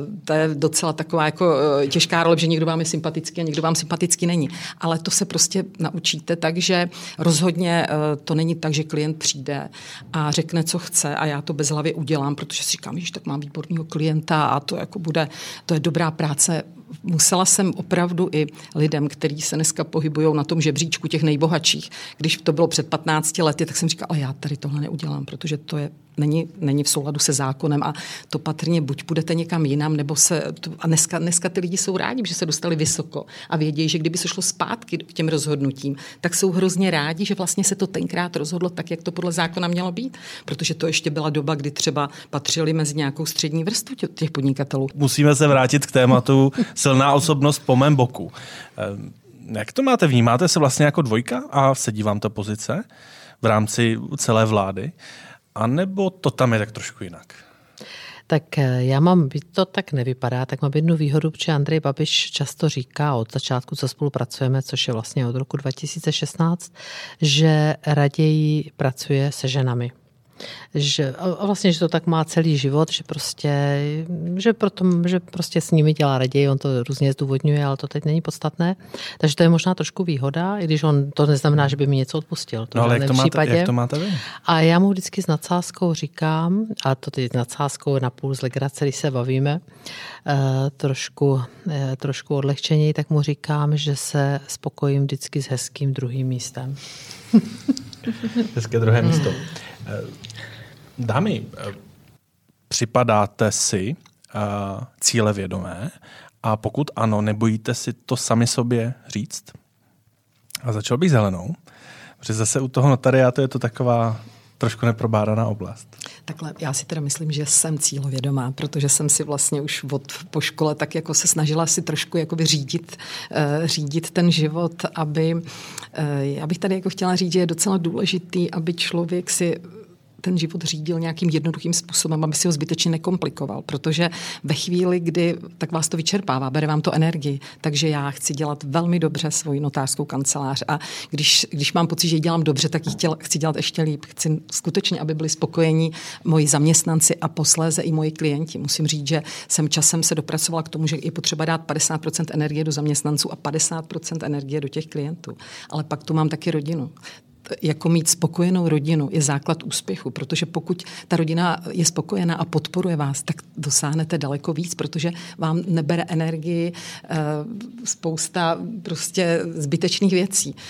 docela taková jako těžká role, že někdo vám je sympatický a někdo vám sympatický není. Ale to se prostě naučíte, takže rozhodně to není tak, že klient přijde a řekne, co chce a já to bezhlavě udělám, protože si říkám, že tak mám výborného klienta a to jako bude, to je dobrá práce. Musela jsem opravdu i lidem, kteří se dneska pohybují na tom žebříčku těch nejbohatších. Když to bylo před 15 lety, tak jsem říkala, ale já tady tohle neudělám, protože to není v souladu se zákonem a to patrně buď půjdete někam jinam, nebo a dneska ty lidi jsou rádi, že se dostali vysoko a vědějí, že kdyby se šlo zpátky k těm rozhodnutím, tak jsou hrozně rádi, že vlastně se to tenkrát rozhodlo tak, jak to podle zákona mělo být, protože to ještě byla doba, kdy třeba patřili mezi nějakou střední vrstvu těch podnikatelů. Musíme se vrátit k tématu silná osobnost po mém boku. Jak to máte? Vnímáte se vlastně jako dvojka a sedí vám ta pozice v rámci celé vlády? A nebo to tam je tak trošku jinak? Tak já mám, byť to tak nevypadá, tak mám jednu výhodu, protože Andrej Babiš často říká od začátku, co spolupracujeme, což je vlastně od roku 2016, že raději pracuje se ženami. Že to tak má celý život, že prostě s nimi dělá raději, on to různě zdůvodňuje, ale to teď není podstatné. Takže to je možná trošku výhoda, i když on to neznamená, že by mi něco odpustil. No ale jak to máte vy? A já mu vždycky s nadsázkou říkám, a to teď s nadsázkou napůl z legrace, když se bavíme, trošku odlehčeněji, tak mu říkám, že se spokojím vždycky s hezkým druhým místem. Hezké druhé místo. Dámy, připadáte si cílevědomé a pokud ano, nebojíte si to sami sobě říct? A začal bych s Helenou, protože zase u toho notariátu je to taková trošku neprobádaná oblast. Takhle, já si teda myslím, že jsem cílovědomá, protože jsem si vlastně už po škole tak jako se snažila si trošku jakoby řídit ten život, já bych tady jako chtěla říct, že je docela důležitý, aby člověk si ten život řídil nějakým jednoduchým způsobem, aby si ho zbytečně nekomplikoval, protože ve chvíli, kdy tak vás to vyčerpává, bere vám to energii, takže já chci dělat velmi dobře svoji notářskou kancelář a když mám pocit, že ji dělám dobře, tak ji chci dělat ještě líp. Chci skutečně, aby byli spokojení moji zaměstnanci a posléze i moji klienti. Musím říct, že jsem časem se dopracovala k tomu, že je potřeba dát 50% energie do zaměstnanců a 50% energie do těch klientů. Ale pak tu mám taky rodinu. Jako mít spokojenou rodinu je základ úspěchu, protože pokud ta rodina je spokojená a podporuje vás, tak dosáhnete daleko víc, protože vám nebere energii spousta prostě zbytečných věcí.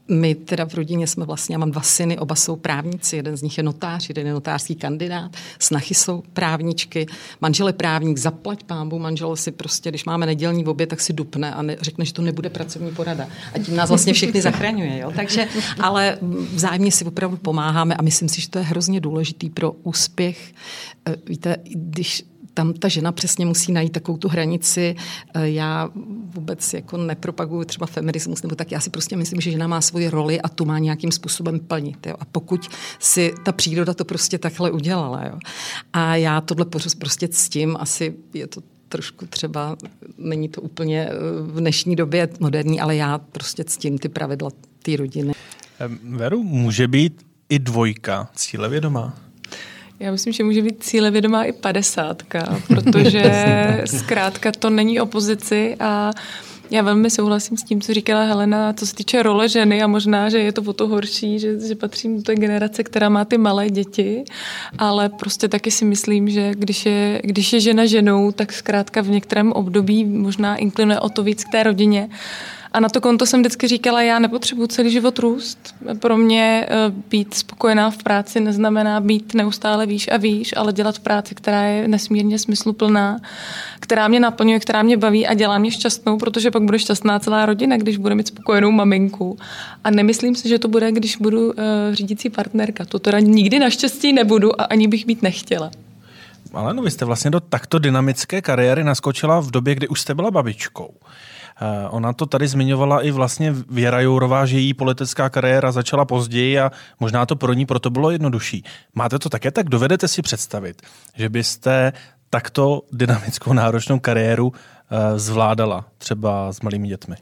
My teda v rodině jsme vlastně, já mám 2 syny, oba jsou právníci, jeden z nich je notář, jeden je notářský kandidát, snachy jsou právničky, manžel je právník, zaplať pánbu, manžel si prostě, když máme nedělní oběd, tak si dupne a řekne, že to nebude pracovní porada. A tím nás vlastně všechny zachraňuje. Jo? Takže, ale vzájemně si opravdu pomáháme a myslím si, že to je hrozně důležitý pro úspěch. Víte, když tam ta žena přesně musí najít takovou tu hranici. Já vůbec jako nepropaguju třeba feminismus, nebo tak já si prostě myslím, že žena má svoji roli a tu má nějakým způsobem plnit. Jo. A pokud si ta příroda to prostě takhle udělala. Jo. A já tohle prostě ctím, asi je to trošku třeba, není to úplně v dnešní době moderní, ale já prostě ctím ty pravidla té rodiny. Veru, může být i 2 cílevědomá? Já myslím, že může být cílevědomá i 50, protože zkrátka to není opozici a já velmi souhlasím s tím, co říkala Helena, co se týče role ženy a možná, že je to o to horší, že patřím do té generace, která má ty malé děti, ale prostě taky si myslím, že když je žena ženou, tak zkrátka v některém období možná inklinuje o to víc k té rodině. A na to konto jsem vždycky říkala, já nepotřebuji celý život růst. Pro mě být spokojená v práci neznamená být neustále výš a výš, ale dělat práci, která je nesmírně smysluplná, která mě naplňuje, která mě baví a dělá mě šťastnou, protože pak bude šťastná celá rodina, když bude mít spokojenou maminku. A nemyslím si, že to bude, když budu řídící partnerka. To teda nikdy naštěstí nebudu a ani bych být nechtěla. Ale no, vy jste vlastně do takto dynamické kariéry naskočila v době, kdy už jste byla babičkou. Ona to tady zmiňovala i vlastně Věra Jourová, že její politická kariéra začala později a možná to pro ní proto bylo jednodušší. Máte to také tak? Dovedete si představit, že byste takto dynamickou náročnou kariéru zvládala třeba s malými dětmi?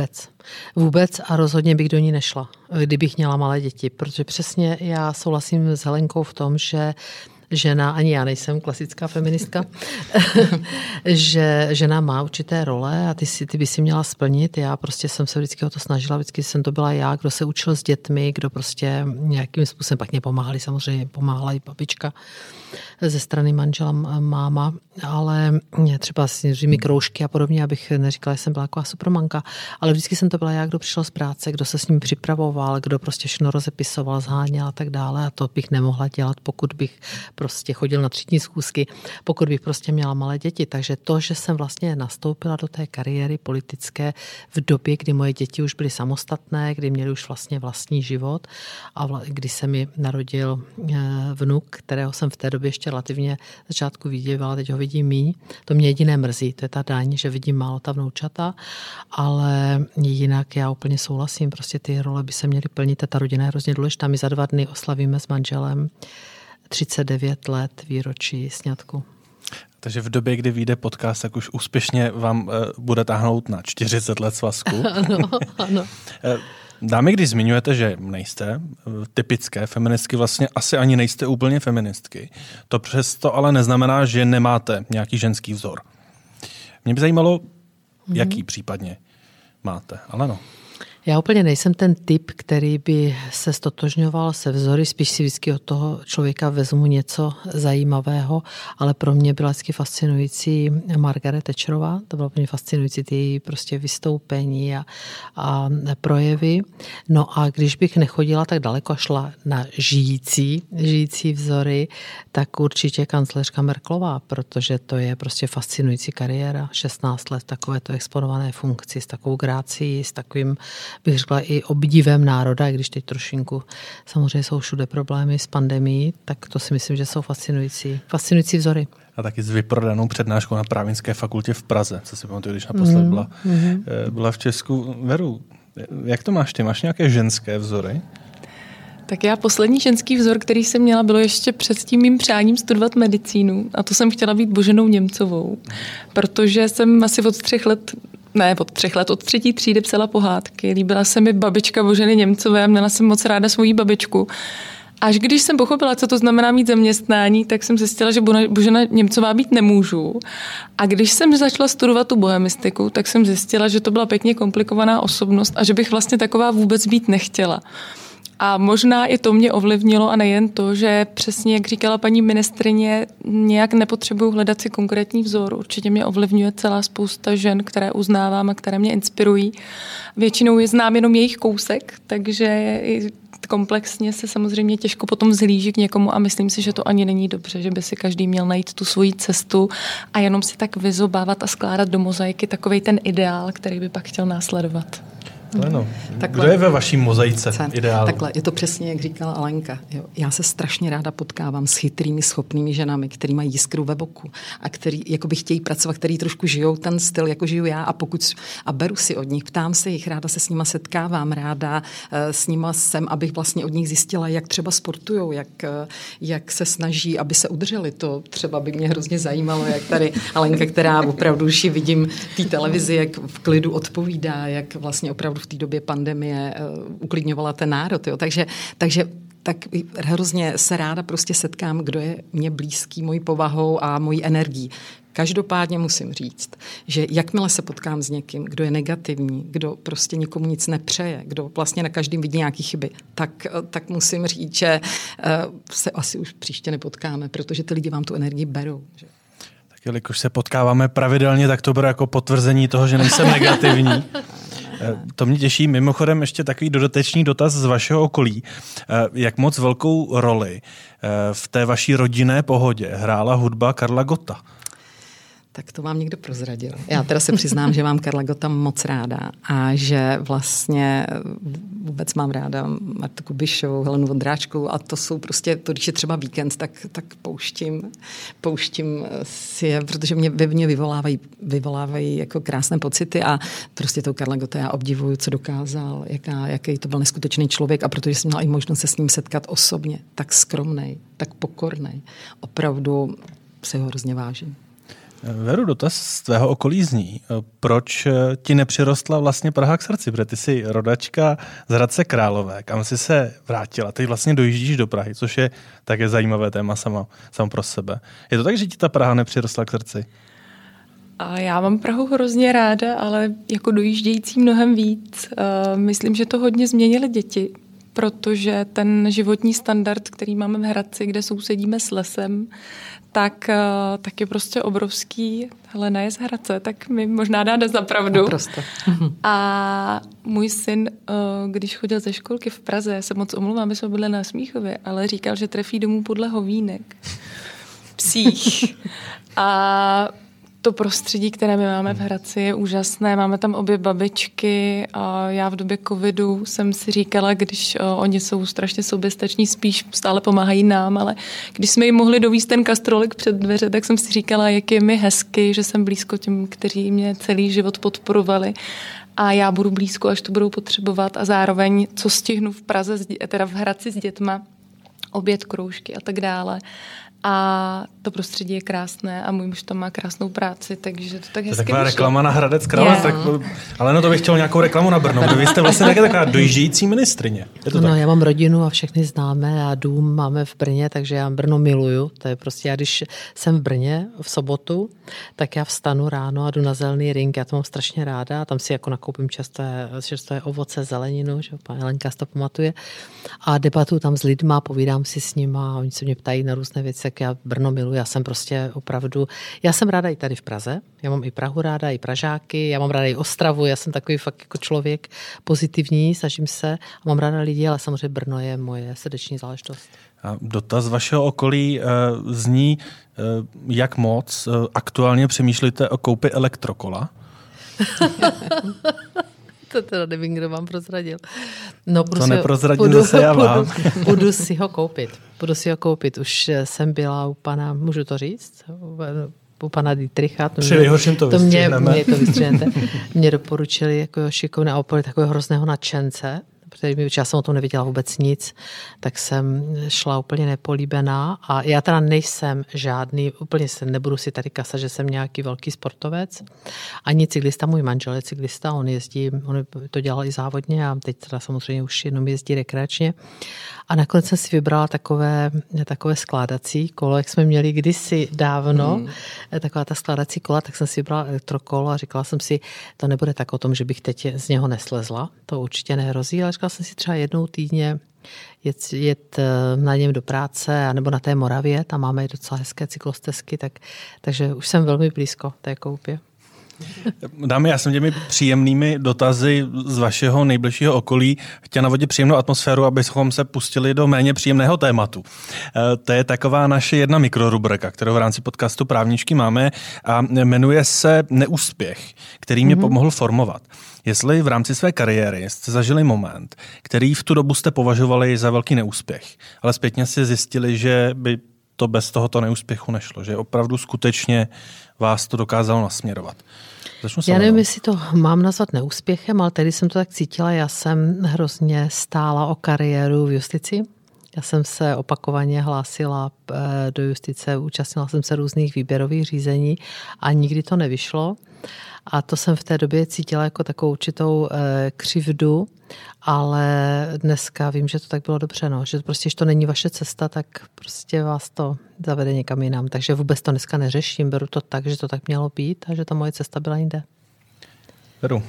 Vůbec a rozhodně bych do ní nešla, kdybych měla malé děti, protože přesně já souhlasím s Helenkou v tom, že žena, ani já nejsem klasická feministka, že žena má určité role a ty by si měla splnit. Já prostě jsem se vždycky o to snažila, vždycky jsem to byla já, kdo se učil s dětmi, kdo prostě nějakým způsobem pak mě pomáhali, samozřejmě pomáhala i babička ze strany manžela, máma, ale třeba s různými kroužky a podobně, abych neříkala, že jsem byla taková supermanka, ale vždycky jsem to byla já, kdo přišel z práce, kdo se s ním připravoval, kdo prostě všechno rozepisoval, zháněl a tak dále a to bych nemohla dělat, pokud bych prostě chodil na třídní schůzky, pokud bych prostě měla malé děti. Takže to, že jsem vlastně nastoupila do té kariéry politické v době, kdy moje děti už byly samostatné, kdy měly už vlastně vlastní život a kdy se mi narodil vnuk, kterého jsem v té době ještě relativně začátku viděla, teď ho vidím míň. To mě jediné mrzí, to je ta daň, že vidím málo ta vnoučata, ale jinak já úplně souhlasím, prostě ty role by se měly plnit a ta rodina je hrozně důležitá. My za 2 dny oslavíme s manželem 39 let výročí sňatku. Takže v době, kdy vyjde podcast, tak už úspěšně vám bude táhnout na 40 let svazku. Ano. Dámy, když zmiňujete, že nejste typické feministky, vlastně asi ani nejste úplně feministky. To přesto ale neznamená, že nemáte nějaký ženský vzor. Mě by zajímalo, jaký případně máte, ale no. Já úplně nejsem ten typ, který by se stotožňoval se vzory, spíš si vždycky od toho člověka vezmu něco zajímavého, ale pro mě byla vždycky fascinující Margaret Thatcherová, to bylo úplně fascinující ty její prostě vystoupení a projevy. No a když bych nechodila tak daleko a šla na žijící vzory, tak určitě kancléřka Merkelová, protože to je prostě fascinující kariéra, 16 let takovéto exponované funkci, s takovou grácií, s takovým bych řekla i obdivem národa, i když teď trošinku samozřejmě jsou všude problémy s pandemií, tak to si myslím, že jsou fascinující vzory. A taky s vyprodanou přednáškou na právnické fakultě v Praze, co si pamatuju, když naposled byla v Česku. Veru, jak to máš ty? Máš nějaké ženské vzory? Tak já poslední ženský vzor, který jsem měla, bylo ještě před tím mým přáním studovat medicínu a to jsem chtěla být Boženou Němcovou, protože jsem asi od 3. třídy psala pohádky. Líbila se mi babička Boženy Němcové a měla jsem moc ráda svoji babičku. Až když jsem pochopila, co to znamená mít zaměstnání, tak jsem zjistila, že Božena Němcová být nemůžu. A když jsem začala studovat tu bohemistiku, tak jsem zjistila, že to byla pěkně komplikovaná osobnost a že bych vlastně taková vůbec být nechtěla. A možná i to mě ovlivnilo a nejen to, že přesně, jak říkala paní ministryně, nějak nepotřebuju hledat si konkrétní vzor. Určitě mě ovlivňuje celá spousta žen, které uznávám a které mě inspirují. Většinou je znám jenom jejich kousek, takže komplexně se samozřejmě těžko potom zhlíží k někomu a myslím si, že to ani není dobře, že by si každý měl najít tu svoji cestu a jenom si tak vyzobávat a skládat do mozaiky takovej ten ideál, který by pak chtěl následovat. No. Kdo je ve vaší mozaice ideálu? Takhle, je to přesně, jak říkala Alenka. Jo. Já se strašně ráda potkávám s chytrými, schopnými ženami, který mají jiskru ve boku a který jakoby chtějí pracovat, který trošku žijou ten styl, jako žiju já a beru si od nich, ptám se jich, ráda se s nima setkávám, ráda s nima jsem, abych vlastně od nich zjistila, jak třeba sportujou, jak se snaží, aby se udrželi. To třeba by mě hrozně zajímalo, jak tady Alenka, která opravdu, když ji vidím v té televizi, jak v klidu odpovídá, jak vlastně opravdu v té době pandemie uklidňovala ten národ. Jo. Takže tak hrozně se ráda prostě setkám, kdo je mě blízký mojí povahou a mojí energií. Každopádně musím říct, že jakmile se potkám s někým, kdo je negativní, kdo prostě nikomu nic nepřeje, kdo vlastně na každém vidí nějaké chyby, tak musím říct, že se asi už příště nepotkáme, protože ty lidi vám tu energii berou. Že? Tak jelikož se potkáváme pravidelně, tak to bude jako potvrzení toho, že nejsem negativní. To mě těší. Mimochodem ještě takový dodatečný dotaz z vašeho okolí. Jak moc velkou roli v té vaší rodinné pohodě hrála hudba Karla Gotta? Tak to vám někdo prozradil. Já teda se přiznám, že mám Karla Gotta moc ráda a že vlastně vůbec mám ráda Martu Kubišovou, Helenu Vondráčkovou a to jsou prostě, to když je třeba víkend, tak pouštím si je, protože ve mně vyvolávají jako krásné pocity a prostě toho Karla Gotta já obdivuju, co dokázal, jaký to byl neskutečný člověk a protože jsem měla i možnost se s ním setkat osobně, tak skromnej, tak pokornej. Opravdu se ho hrozně vážím. Veru, dotaz z tvého okolí zní. Proč ti nepřirostla vlastně Praha k srdci? Protože ty jsi rodačka z Hradce Králové, kam jsi se vrátila. Ty vlastně dojíždíš do Prahy, což je také zajímavé téma samo pro sebe. Je to tak, že ti ta Praha nepřirostla k srdci? A já mám Prahu hrozně ráda, ale jako dojíždějící mnohem víc. Myslím, že to hodně změnily děti, protože ten životní standard, který máme v Hradci, kde sousedíme s lesem, tak je prostě obrovský. Helena je z Hradce, tak mi možná dá za pravdu. A můj syn, když chodil ze školky v Praze, se moc omlouvám, my jsme byli na Smíchově, ale říkal, že trefí domů podle hovínek. Psích. A to prostředí, které my máme v Hradci, je úžasné. Máme tam obě babičky a já v době covidu jsem si říkala, když oni jsou strašně soběstační, spíš stále pomáhají nám, ale když jsme jim mohli dovízt ten kastrolek před dveře, tak jsem si říkala, jak je mi hezky, že jsem blízko těm, kteří mě celý život podporovali a já budu blízko, až to budou potřebovat a zároveň, co stihnu v Praze, teda v Hradci s dětma, oběd, kroužky a tak dále. A to prostředí je krásné a můj muž tam má krásnou práci, takže to tak hezky taková vyšlo. Reklama na Hradec Králové, tak, ale no to bych chtěl nějakou reklamu na Brno, protože vy jste vlastně také taková dojíždějící ministryně. Je to tak? Já mám rodinu a všechny známe a dům máme v Brně, takže já Brno miluju. To je prostě, já když jsem v Brně v sobotu, tak já vstanu ráno a jdu na Zelený ring, já to mám strašně ráda, tam si jako nakoupím čerstvé ovoce, zeleninu, že paní Helenka si to pamatuje a debatuju tam s lidma, povídám si s nima, oni se mě ptají na různé věci, jak já Brno miluji, já jsem prostě opravdu, já jsem ráda i tady v Praze, já mám i Prahu ráda, i Pražáky, já mám ráda i Ostravu, já jsem takový fakt jako člověk pozitivní, snažím se a mám ráda lidi, ale samozřejmě Brno je moje srdeční záležitost. A dotaz vašeho okolí zní, jak moc aktuálně přemýšlíte o koupi elektrokola? To teda nevím, kdo vám prozradil. No, to neprozradil zase já vám. Budu si ho koupit. Už jsem byla u pana, můžu to říct? U pana Dietricha. Při nejhorším to vystřihneme. Mě to vystřihnete. Mě doporučili jako šikovné a opět takového hrozného nadšence, protože já jsem o tom nevěděla vůbec nic, tak jsem šla úplně nepolíbená a já teda nejsem žádný, úplně se nebudu si tady kasat, že jsem nějaký velký sportovec, ani cyklista, můj manžel je cyklista, on to dělal i závodně a teď teda samozřejmě už jenom jezdí rekreačně. A nakonec jsem si vybrala takové skládací kolo, jak jsme měli kdysi dávno, taková ta skládací kola, tak jsem si vybrala elektrokolo a říkala jsem si, to nebude tak o tom, že bych teď z něho neslezla, to určitě nehrozí, ale říkala jsem si třeba jednou týdně jet na něm do práce, nebo na té Moravě, tam máme i docela hezké cyklostezky, takže už jsem velmi blízko té koupě. Dámy, já jsem těmi příjemnými dotazy z vašeho nejbližšího okolí chtěl navodit příjemnou atmosféru, abychom se pustili do méně příjemného tématu. To je taková naše jedna mikrorubrika, kterou v rámci podcastu Právničky máme a jmenuje se Neúspěch, který mě pomohl formovat. Jestli v rámci své kariéry jste zažili moment, který v tu dobu jste považovali za velký neúspěch, ale zpětně si zjistili, že by to bez tohoto neúspěchu nešlo, že opravdu skutečně vás to dokázalo nasměrovat. Já nevím, jestli to mám nazvat neúspěchem, ale tehdy jsem to tak cítila. Já jsem hrozně stála o kariéru v justici. Já jsem se opakovaně hlásila do justice, účastnila jsem se různých výběrových řízení a nikdy to nevyšlo. A to jsem v té době cítila jako takovou určitou křivdu, ale dneska vím, že to tak bylo dobře, no. Že prostě, když to není vaše cesta, tak prostě vás to zavede někam jinam. Takže vůbec to dneska neřeším, beru to tak, že to tak mělo být a že ta moje cesta byla jinde. Beru.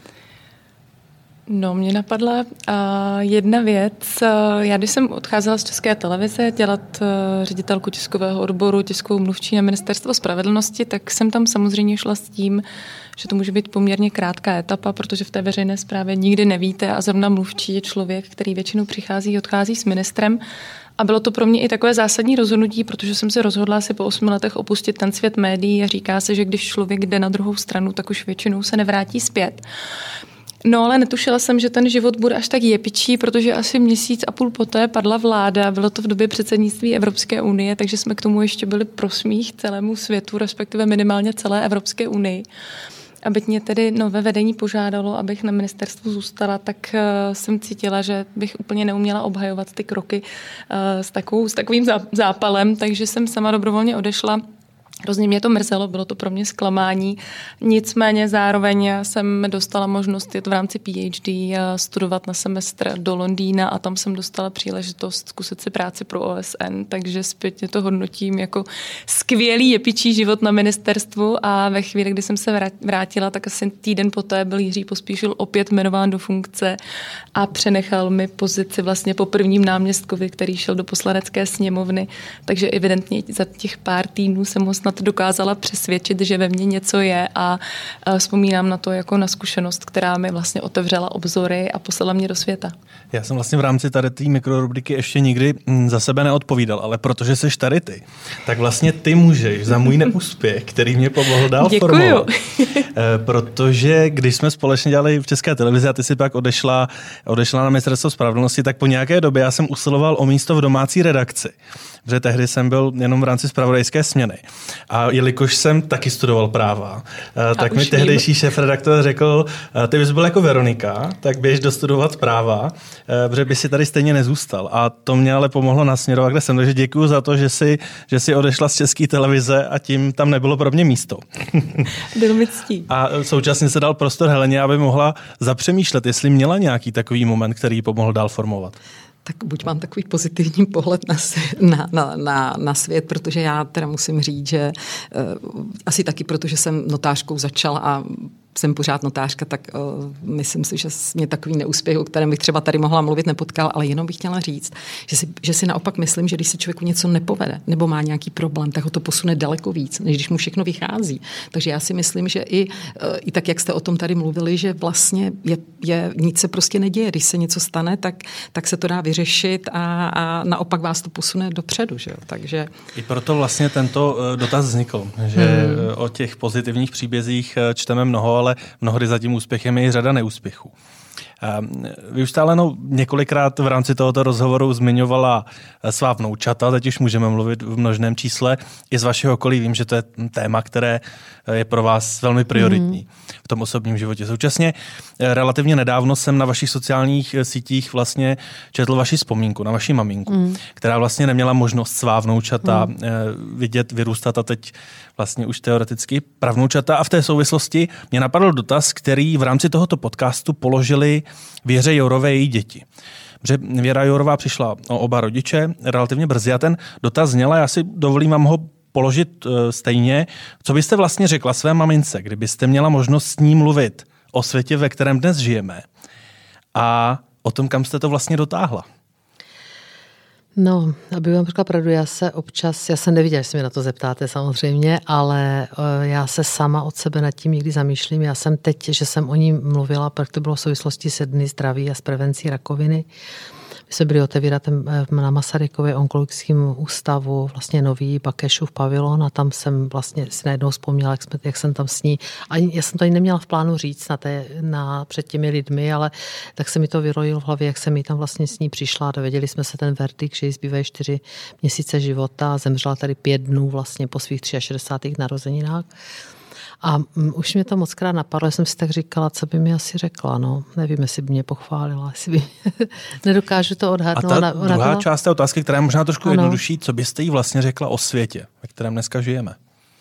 No, mě napadla jedna věc. Já když jsem odcházela z České televize dělat ředitelku tiskového odboru, tiskovou mluvčí na Ministerstvo spravedlnosti, tak jsem tam samozřejmě šla s tím, že to může být poměrně krátká etapa, protože v té veřejné správě nikdy nevíte a zrovna mluvčí je člověk, který většinou přichází a odchází s ministrem. A bylo to pro mě i takové zásadní rozhodnutí, protože jsem se rozhodla asi po 8 letech opustit ten svět médií a říká se, že když člověk jde na druhou stranu, tak už většinou se nevrátí zpět. No, ale netušila jsem, že ten život bude až tak jepičí, protože asi 1,5 měsíce poté padla vláda, bylo to v době předsednictví Evropské unie, takže jsme k tomu ještě byli pro smích celému světu, respektive minimálně celé Evropské unii. A byť mě tedy nové vedení požádalo, abych na ministerstvu zůstala, tak jsem cítila, že bych úplně neuměla obhajovat ty kroky s takovým zápalem, takže jsem sama dobrovolně odešla. Hrozně mě to mrzelo, bylo to pro mě zklamání. Nicméně zároveň jsem dostala možnost jít v rámci PhD studovat na semestr do Londýna a tam jsem dostala příležitost zkusit si práci pro OSN, takže zpětně to hodnotím jako skvělý jepičí život na ministerstvu a ve chvíli, kdy jsem se vrátila, tak asi týden poté byl Jiří Pospíšil opět jmenován do funkce a přenechal mi pozici vlastně po prvním náměstkovi, který šel do Poslanecké sněmovny, takže evidentně za těch pár týdnů jsem ho snad dokázala přesvědčit, že ve mně něco je a vzpomínám na to jako na zkušenost, která mi vlastně otevřela obzory a poslala mě do světa. Já jsem vlastně v rámci tady té mikrorubriky ještě nikdy za sebe neodpovídal, ale protože seš tady ty, tak vlastně ty můžeš za můj neúspěch, který mě pomohl dál formovat. Protože když jsme společně dělali v České televizi a ty si pak odešla na Ministerstvo spravedlnosti, tak po nějaké době já jsem usiloval o místo v domácí redakci. Protože tehdy jsem byl jenom v rámci zpravodajské směny. A jelikož jsem taky studoval práva, tak mi tehdejší šéfredaktor řekl, ty bys byl jako Veronika, tak běž dostudovat práva, protože by si tady stejně nezůstal. A to mě ale pomohlo nasměrovat, kde jsem. Takže děkuju za to, že jsi odešla z České televize a tím tam nebylo pro mě místo. Byl mi ctí. A současně se dal prostor Heleně, aby mohla zapřemýšlet, jestli měla nějaký takový moment, který ji pomohl dál formovat. Tak buď mám takový pozitivní pohled na svět, protože já teda musím říct, že asi taky, protože jsem notářkou začala a jsem pořád notářka, tak myslím si, že mě takový neúspěch, o kterém bych třeba tady mohla mluvit, nepotkal, ale jenom bych chtěla říct, že si naopak myslím, že když se člověku něco nepovede nebo má nějaký problém, tak ho to posune daleko víc, než když mu všechno vychází. Takže já si myslím, že i tak, jak jste o tom tady mluvili, že vlastně nic se prostě neděje. Když se něco stane, tak se to dá vyřešit a naopak vás to posune dopředu. Že jo? Takže... I proto vlastně tento dotaz vznikl, že o těch pozitivních příbězích čteme mnoho, ale mnohdy za tím úspěchem je i řada neúspěchů. Vy už stále několikrát v rámci tohoto rozhovoru zmiňovala svá vnoučata, teď už můžeme mluvit v množném čísle. I z vašeho okolí vím, že to je téma, které je pro vás velmi prioritní v tom osobním životě. Současně relativně nedávno jsem na vašich sociálních sítích vlastně četl vaši vzpomínku na vaši maminku, která vlastně neměla možnost svá vnoučata vidět, vyrůstat a teď vlastně už teoreticky pravnoučata. A v té souvislosti mě napadl dotaz, který v rámci tohoto podcastu položili Věře Jourové její děti. Protože Věra Jourová přišla o oba rodiče relativně brzy a ten dotaz zněla, já si dovolím vám ho položit stejně. Co byste vlastně řekla své mamince, kdybyste měla možnost s ní mluvit o světě, ve kterém dnes žijeme a o tom, kam jste to vlastně dotáhla. No, aby vám řekla pravdu, já jsem neviděla, že se mi na to zeptáte samozřejmě, ale já se sama od sebe nad tím někdy zamýšlím. Já jsem teď, že jsem o ní mluvila, protože to bylo v souvislosti se Dny zdraví a s prevencí rakoviny. My jsme byli otevírat na Masarykově onkologickém ústavu vlastně nový Bakešův pavilon a tam jsem vlastně si najednou vzpomněla, jak jsem tam s ní. A já jsem to ani neměla v plánu říct před těmi lidmi, ale tak se mi to vyrojilo v hlavě, jak jsem jí tam vlastně s ní přišla. Dověděli jsme se ten verdikt, že jí zbývají 4 měsíce života a zemřela tady 5 dnů vlastně po svých 63. narozeninách. A už mě to mockrát napadlo, jsem si tak říkala, co by mi asi řekla, no. Nevím, jestli by mě pochválila, jestli by... Nedokážu to odhadnout. A ta druhá část té otázky, která je možná trošku jednodušší, co byste jí vlastně řekla o světě, ve kterém dneska žijeme?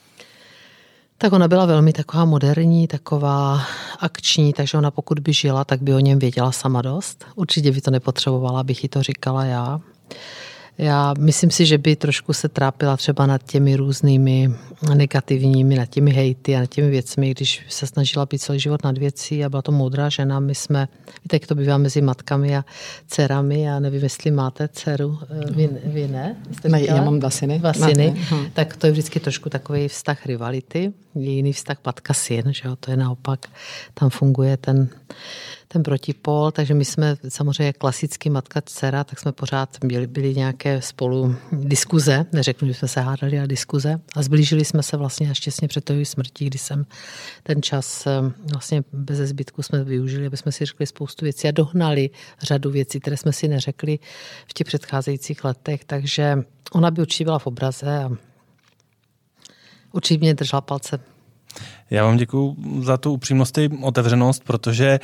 Tak ona byla velmi taková moderní, taková akční, takže ona pokud by žila, tak by o něm věděla sama dost. Určitě by to nepotřebovala, abych jí to říkala já. Já myslím si, že by trošku se trápila třeba nad těmi různými negativními, nad těmi hejty a nad těmi věcmi, když se snažila být celý život nad věcí a byla to moudrá žena. My jsme, víte, jak to bývá mezi matkami a dcerami, já nevím, jestli máte dceru, vy ne? Já mám 2 syny. 2 syny, tak to je vždycky trošku takový vztah rivality, je jiný vztah matka-syn, že jo, to je naopak, tam funguje ten protipol, takže my jsme samozřejmě klasicky matka-dcera, tak jsme pořád byli nějaké spolu diskuze, neřeknu, že jsme se hádali, ale diskuze a zblížili jsme se vlastně až těsně před tou smrtí, kdy jsem ten čas vlastně bez zbytku jsme využili, aby jsme si řekli spoustu věcí a dohnali řadu věcí, které jsme si neřekli v těch předcházejících letech, takže ona by určitě byla v obraze a určitě mě držela palce. Já vám děkuju za tu upřímnost a otevřenost, protože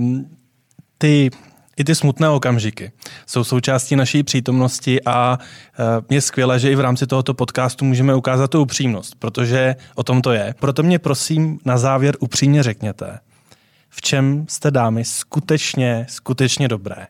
ty smutné okamžiky jsou součástí naší přítomnosti a je skvělé, že i v rámci tohoto podcastu můžeme ukázat tu upřímnost, protože o tom to je. Proto mě prosím na závěr upřímně řekněte, v čem jste dámy skutečně dobré.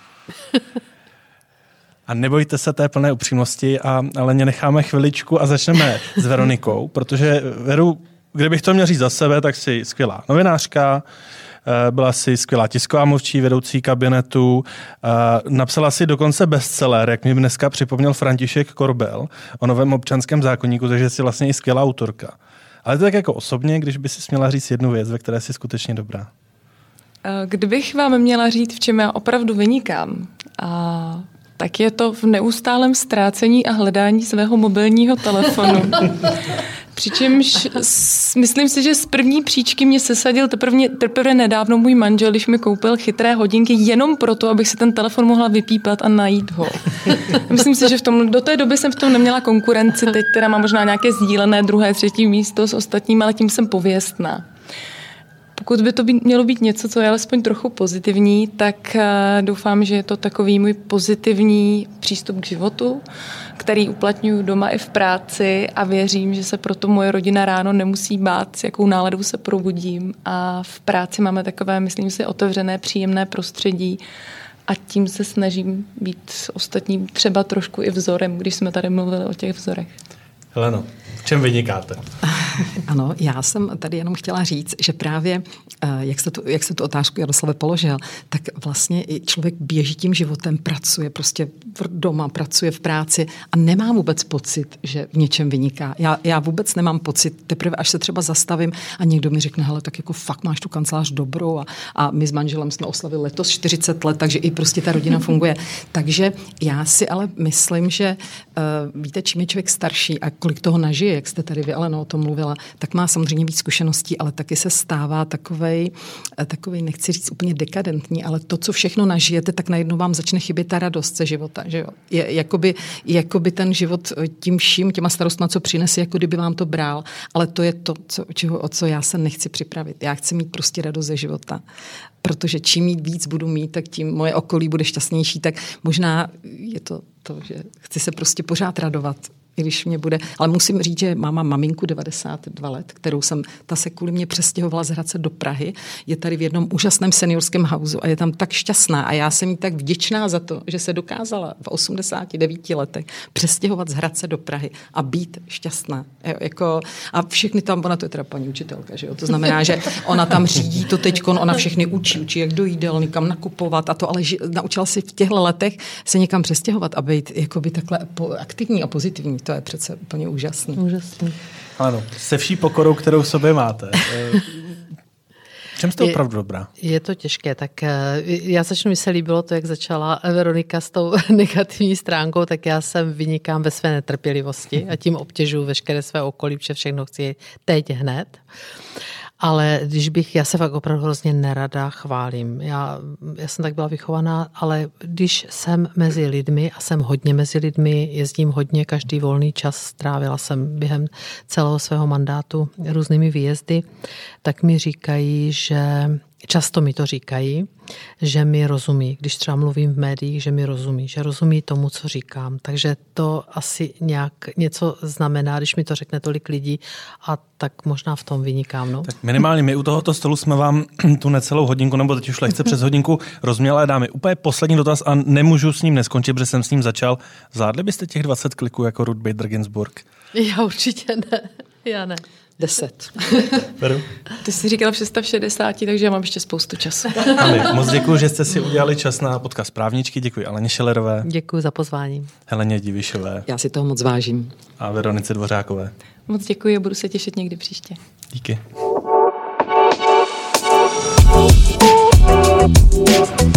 A nebojte se té plné upřímnosti, ale necháme chviličku a začneme s Veronikou, protože Veru, kdybych to měl říct za sebe, tak jsi skvělá novinářka, byla si skvělá tisková mluvčí, vedoucí kabinetu, napsala si dokonce bestseller, jak mi dneska připomněl František Korbel o novém občanském zákoníku, takže jsi vlastně i skvělá autorka. Ale to tak jako osobně, když by si směla říct jednu věc, ve které jsi skutečně dobrá. Kdybych vám měla říct, v čem já opravdu vynikám, tak je to v neustálém ztrácení a hledání svého mobilního telefonu. Přičemž myslím si, že z první příčky mě sesadil teprve nedávno můj manžel, když mi koupil chytré hodinky jenom proto, abych si ten telefon mohla vypípat a najít ho. Myslím si, že do té doby jsem v tom neměla konkurenci, teď teda mám možná nějaké sdílené 2., 3. místo s ostatními, ale tím jsem pověstná. Pokud by to mělo být něco, co je alespoň trochu pozitivní, tak doufám, že je to takový můj pozitivní přístup k životu, který uplatňuji doma i v práci a věřím, že se proto moje rodina ráno nemusí bát, s jakou náladou se probudím. A v práci máme takové, myslím si, otevřené, příjemné prostředí a tím se snažím být ostatním třeba trošku i vzorem, když jsme tady mluvili o těch vzorech. Heleno, v čem vynikáte? Ano, já jsem tady jenom chtěla říct, že právě, jak se tu otázku Jaroslave položil, tak vlastně i člověk běží tím životem, pracuje prostě doma, pracuje v práci a nemá vůbec pocit, že v něčem vyniká. Já vůbec nemám pocit, teprve až se třeba zastavím a někdo mi řekne, hele, tak jako fakt máš tu kancelář dobrou a my s manželem jsme oslavili letos 40 let, takže i prostě ta rodina funguje. Takže já si ale myslím, že víte, čím je člověk starší a kolik toho nažije, jak jste tady vy, Aleno, o tom mluvila, tak má samozřejmě víc zkušeností, ale taky se stává takovej, nechci říct úplně dekadentní, ale to, co všechno nažijete, tak najednou vám začne chybět ta radost ze života. Že jo? Jakoby ten život tím vším, těma starostma, co přinese, jako kdyby vám to bral, ale to je to, o co já se nechci připravit. Já chci mít prostě radost ze života. Protože čím víc budu mít, tak tím moje okolí bude šťastnější, tak možná je to, že chci se prostě pořád radovat i když mě bude, ale musím říct, že mám maminku 92 let, ta se kvůli mě přestěhovala z Hradce do Prahy, je tady v jednom úžasném seniorském hausu a je tam tak šťastná a já jsem jí tak vděčná za to, že se dokázala v 89 letech přestěhovat z Hradce do Prahy a být šťastná. A všechny tam, ona to je teda paní učitelka, že jo? To znamená, že ona tam řídí to teďkon, ona všechny učí, jak do jídel, kam nakupovat a to, ale naučila si v těchto letech se někam přestěhovat a být jakoby takhle aktivní a pozitivní. To je přece úplně úžasný. Úžasný. Ano, se vší pokorou, kterou v sobě máte. Čem jste opravdu dobrá? Je to těžké, tak já začnu, mi se líbilo to, jak začala Veronika s tou negativní stránkou, tak já jsem vynikám ve své netrpělivosti a tím obtěžuji veškeré své okolí, protože všechno chci teď hned. Ale já se fakt opravdu hrozně nerada chválím. Já jsem tak byla vychovaná, ale když jsem mezi lidmi a jsem hodně mezi lidmi, jezdím hodně, každý volný čas strávila jsem během celého svého mandátu různými výjezdy, tak mi říkají, často mi to říkají, že mi rozumí, když třeba mluvím v médiích, že mi rozumí, že rozumí tomu, co říkám. Takže to asi nějak něco znamená, když mi to řekne tolik lidí a tak možná v tom vynikám. No? Tak minimálně my u tohoto stolu jsme vám tu necelou hodinku, nebo teď už lehce přes hodinku rozmělé dámy. Úplně poslední dotaz a nemůžu s ním neskončit, protože jsem s ním začal. Zvládli byste těch 20 kliků jako Ruth Bader Ginsburg? Já určitě ne. Já ne. 10. Ty jsi říkala 660, takže já mám ještě spoustu času. Ami, moc děkuji, že jste si udělali čas na podcast Právničky. Děkuji Aleně Šelerové. Děkuji za pozvání. Heleně Divišové. Já si toho moc vážím. A Veronice Dvořákové. Moc děkuji a budu se těšit někdy příště. Díky.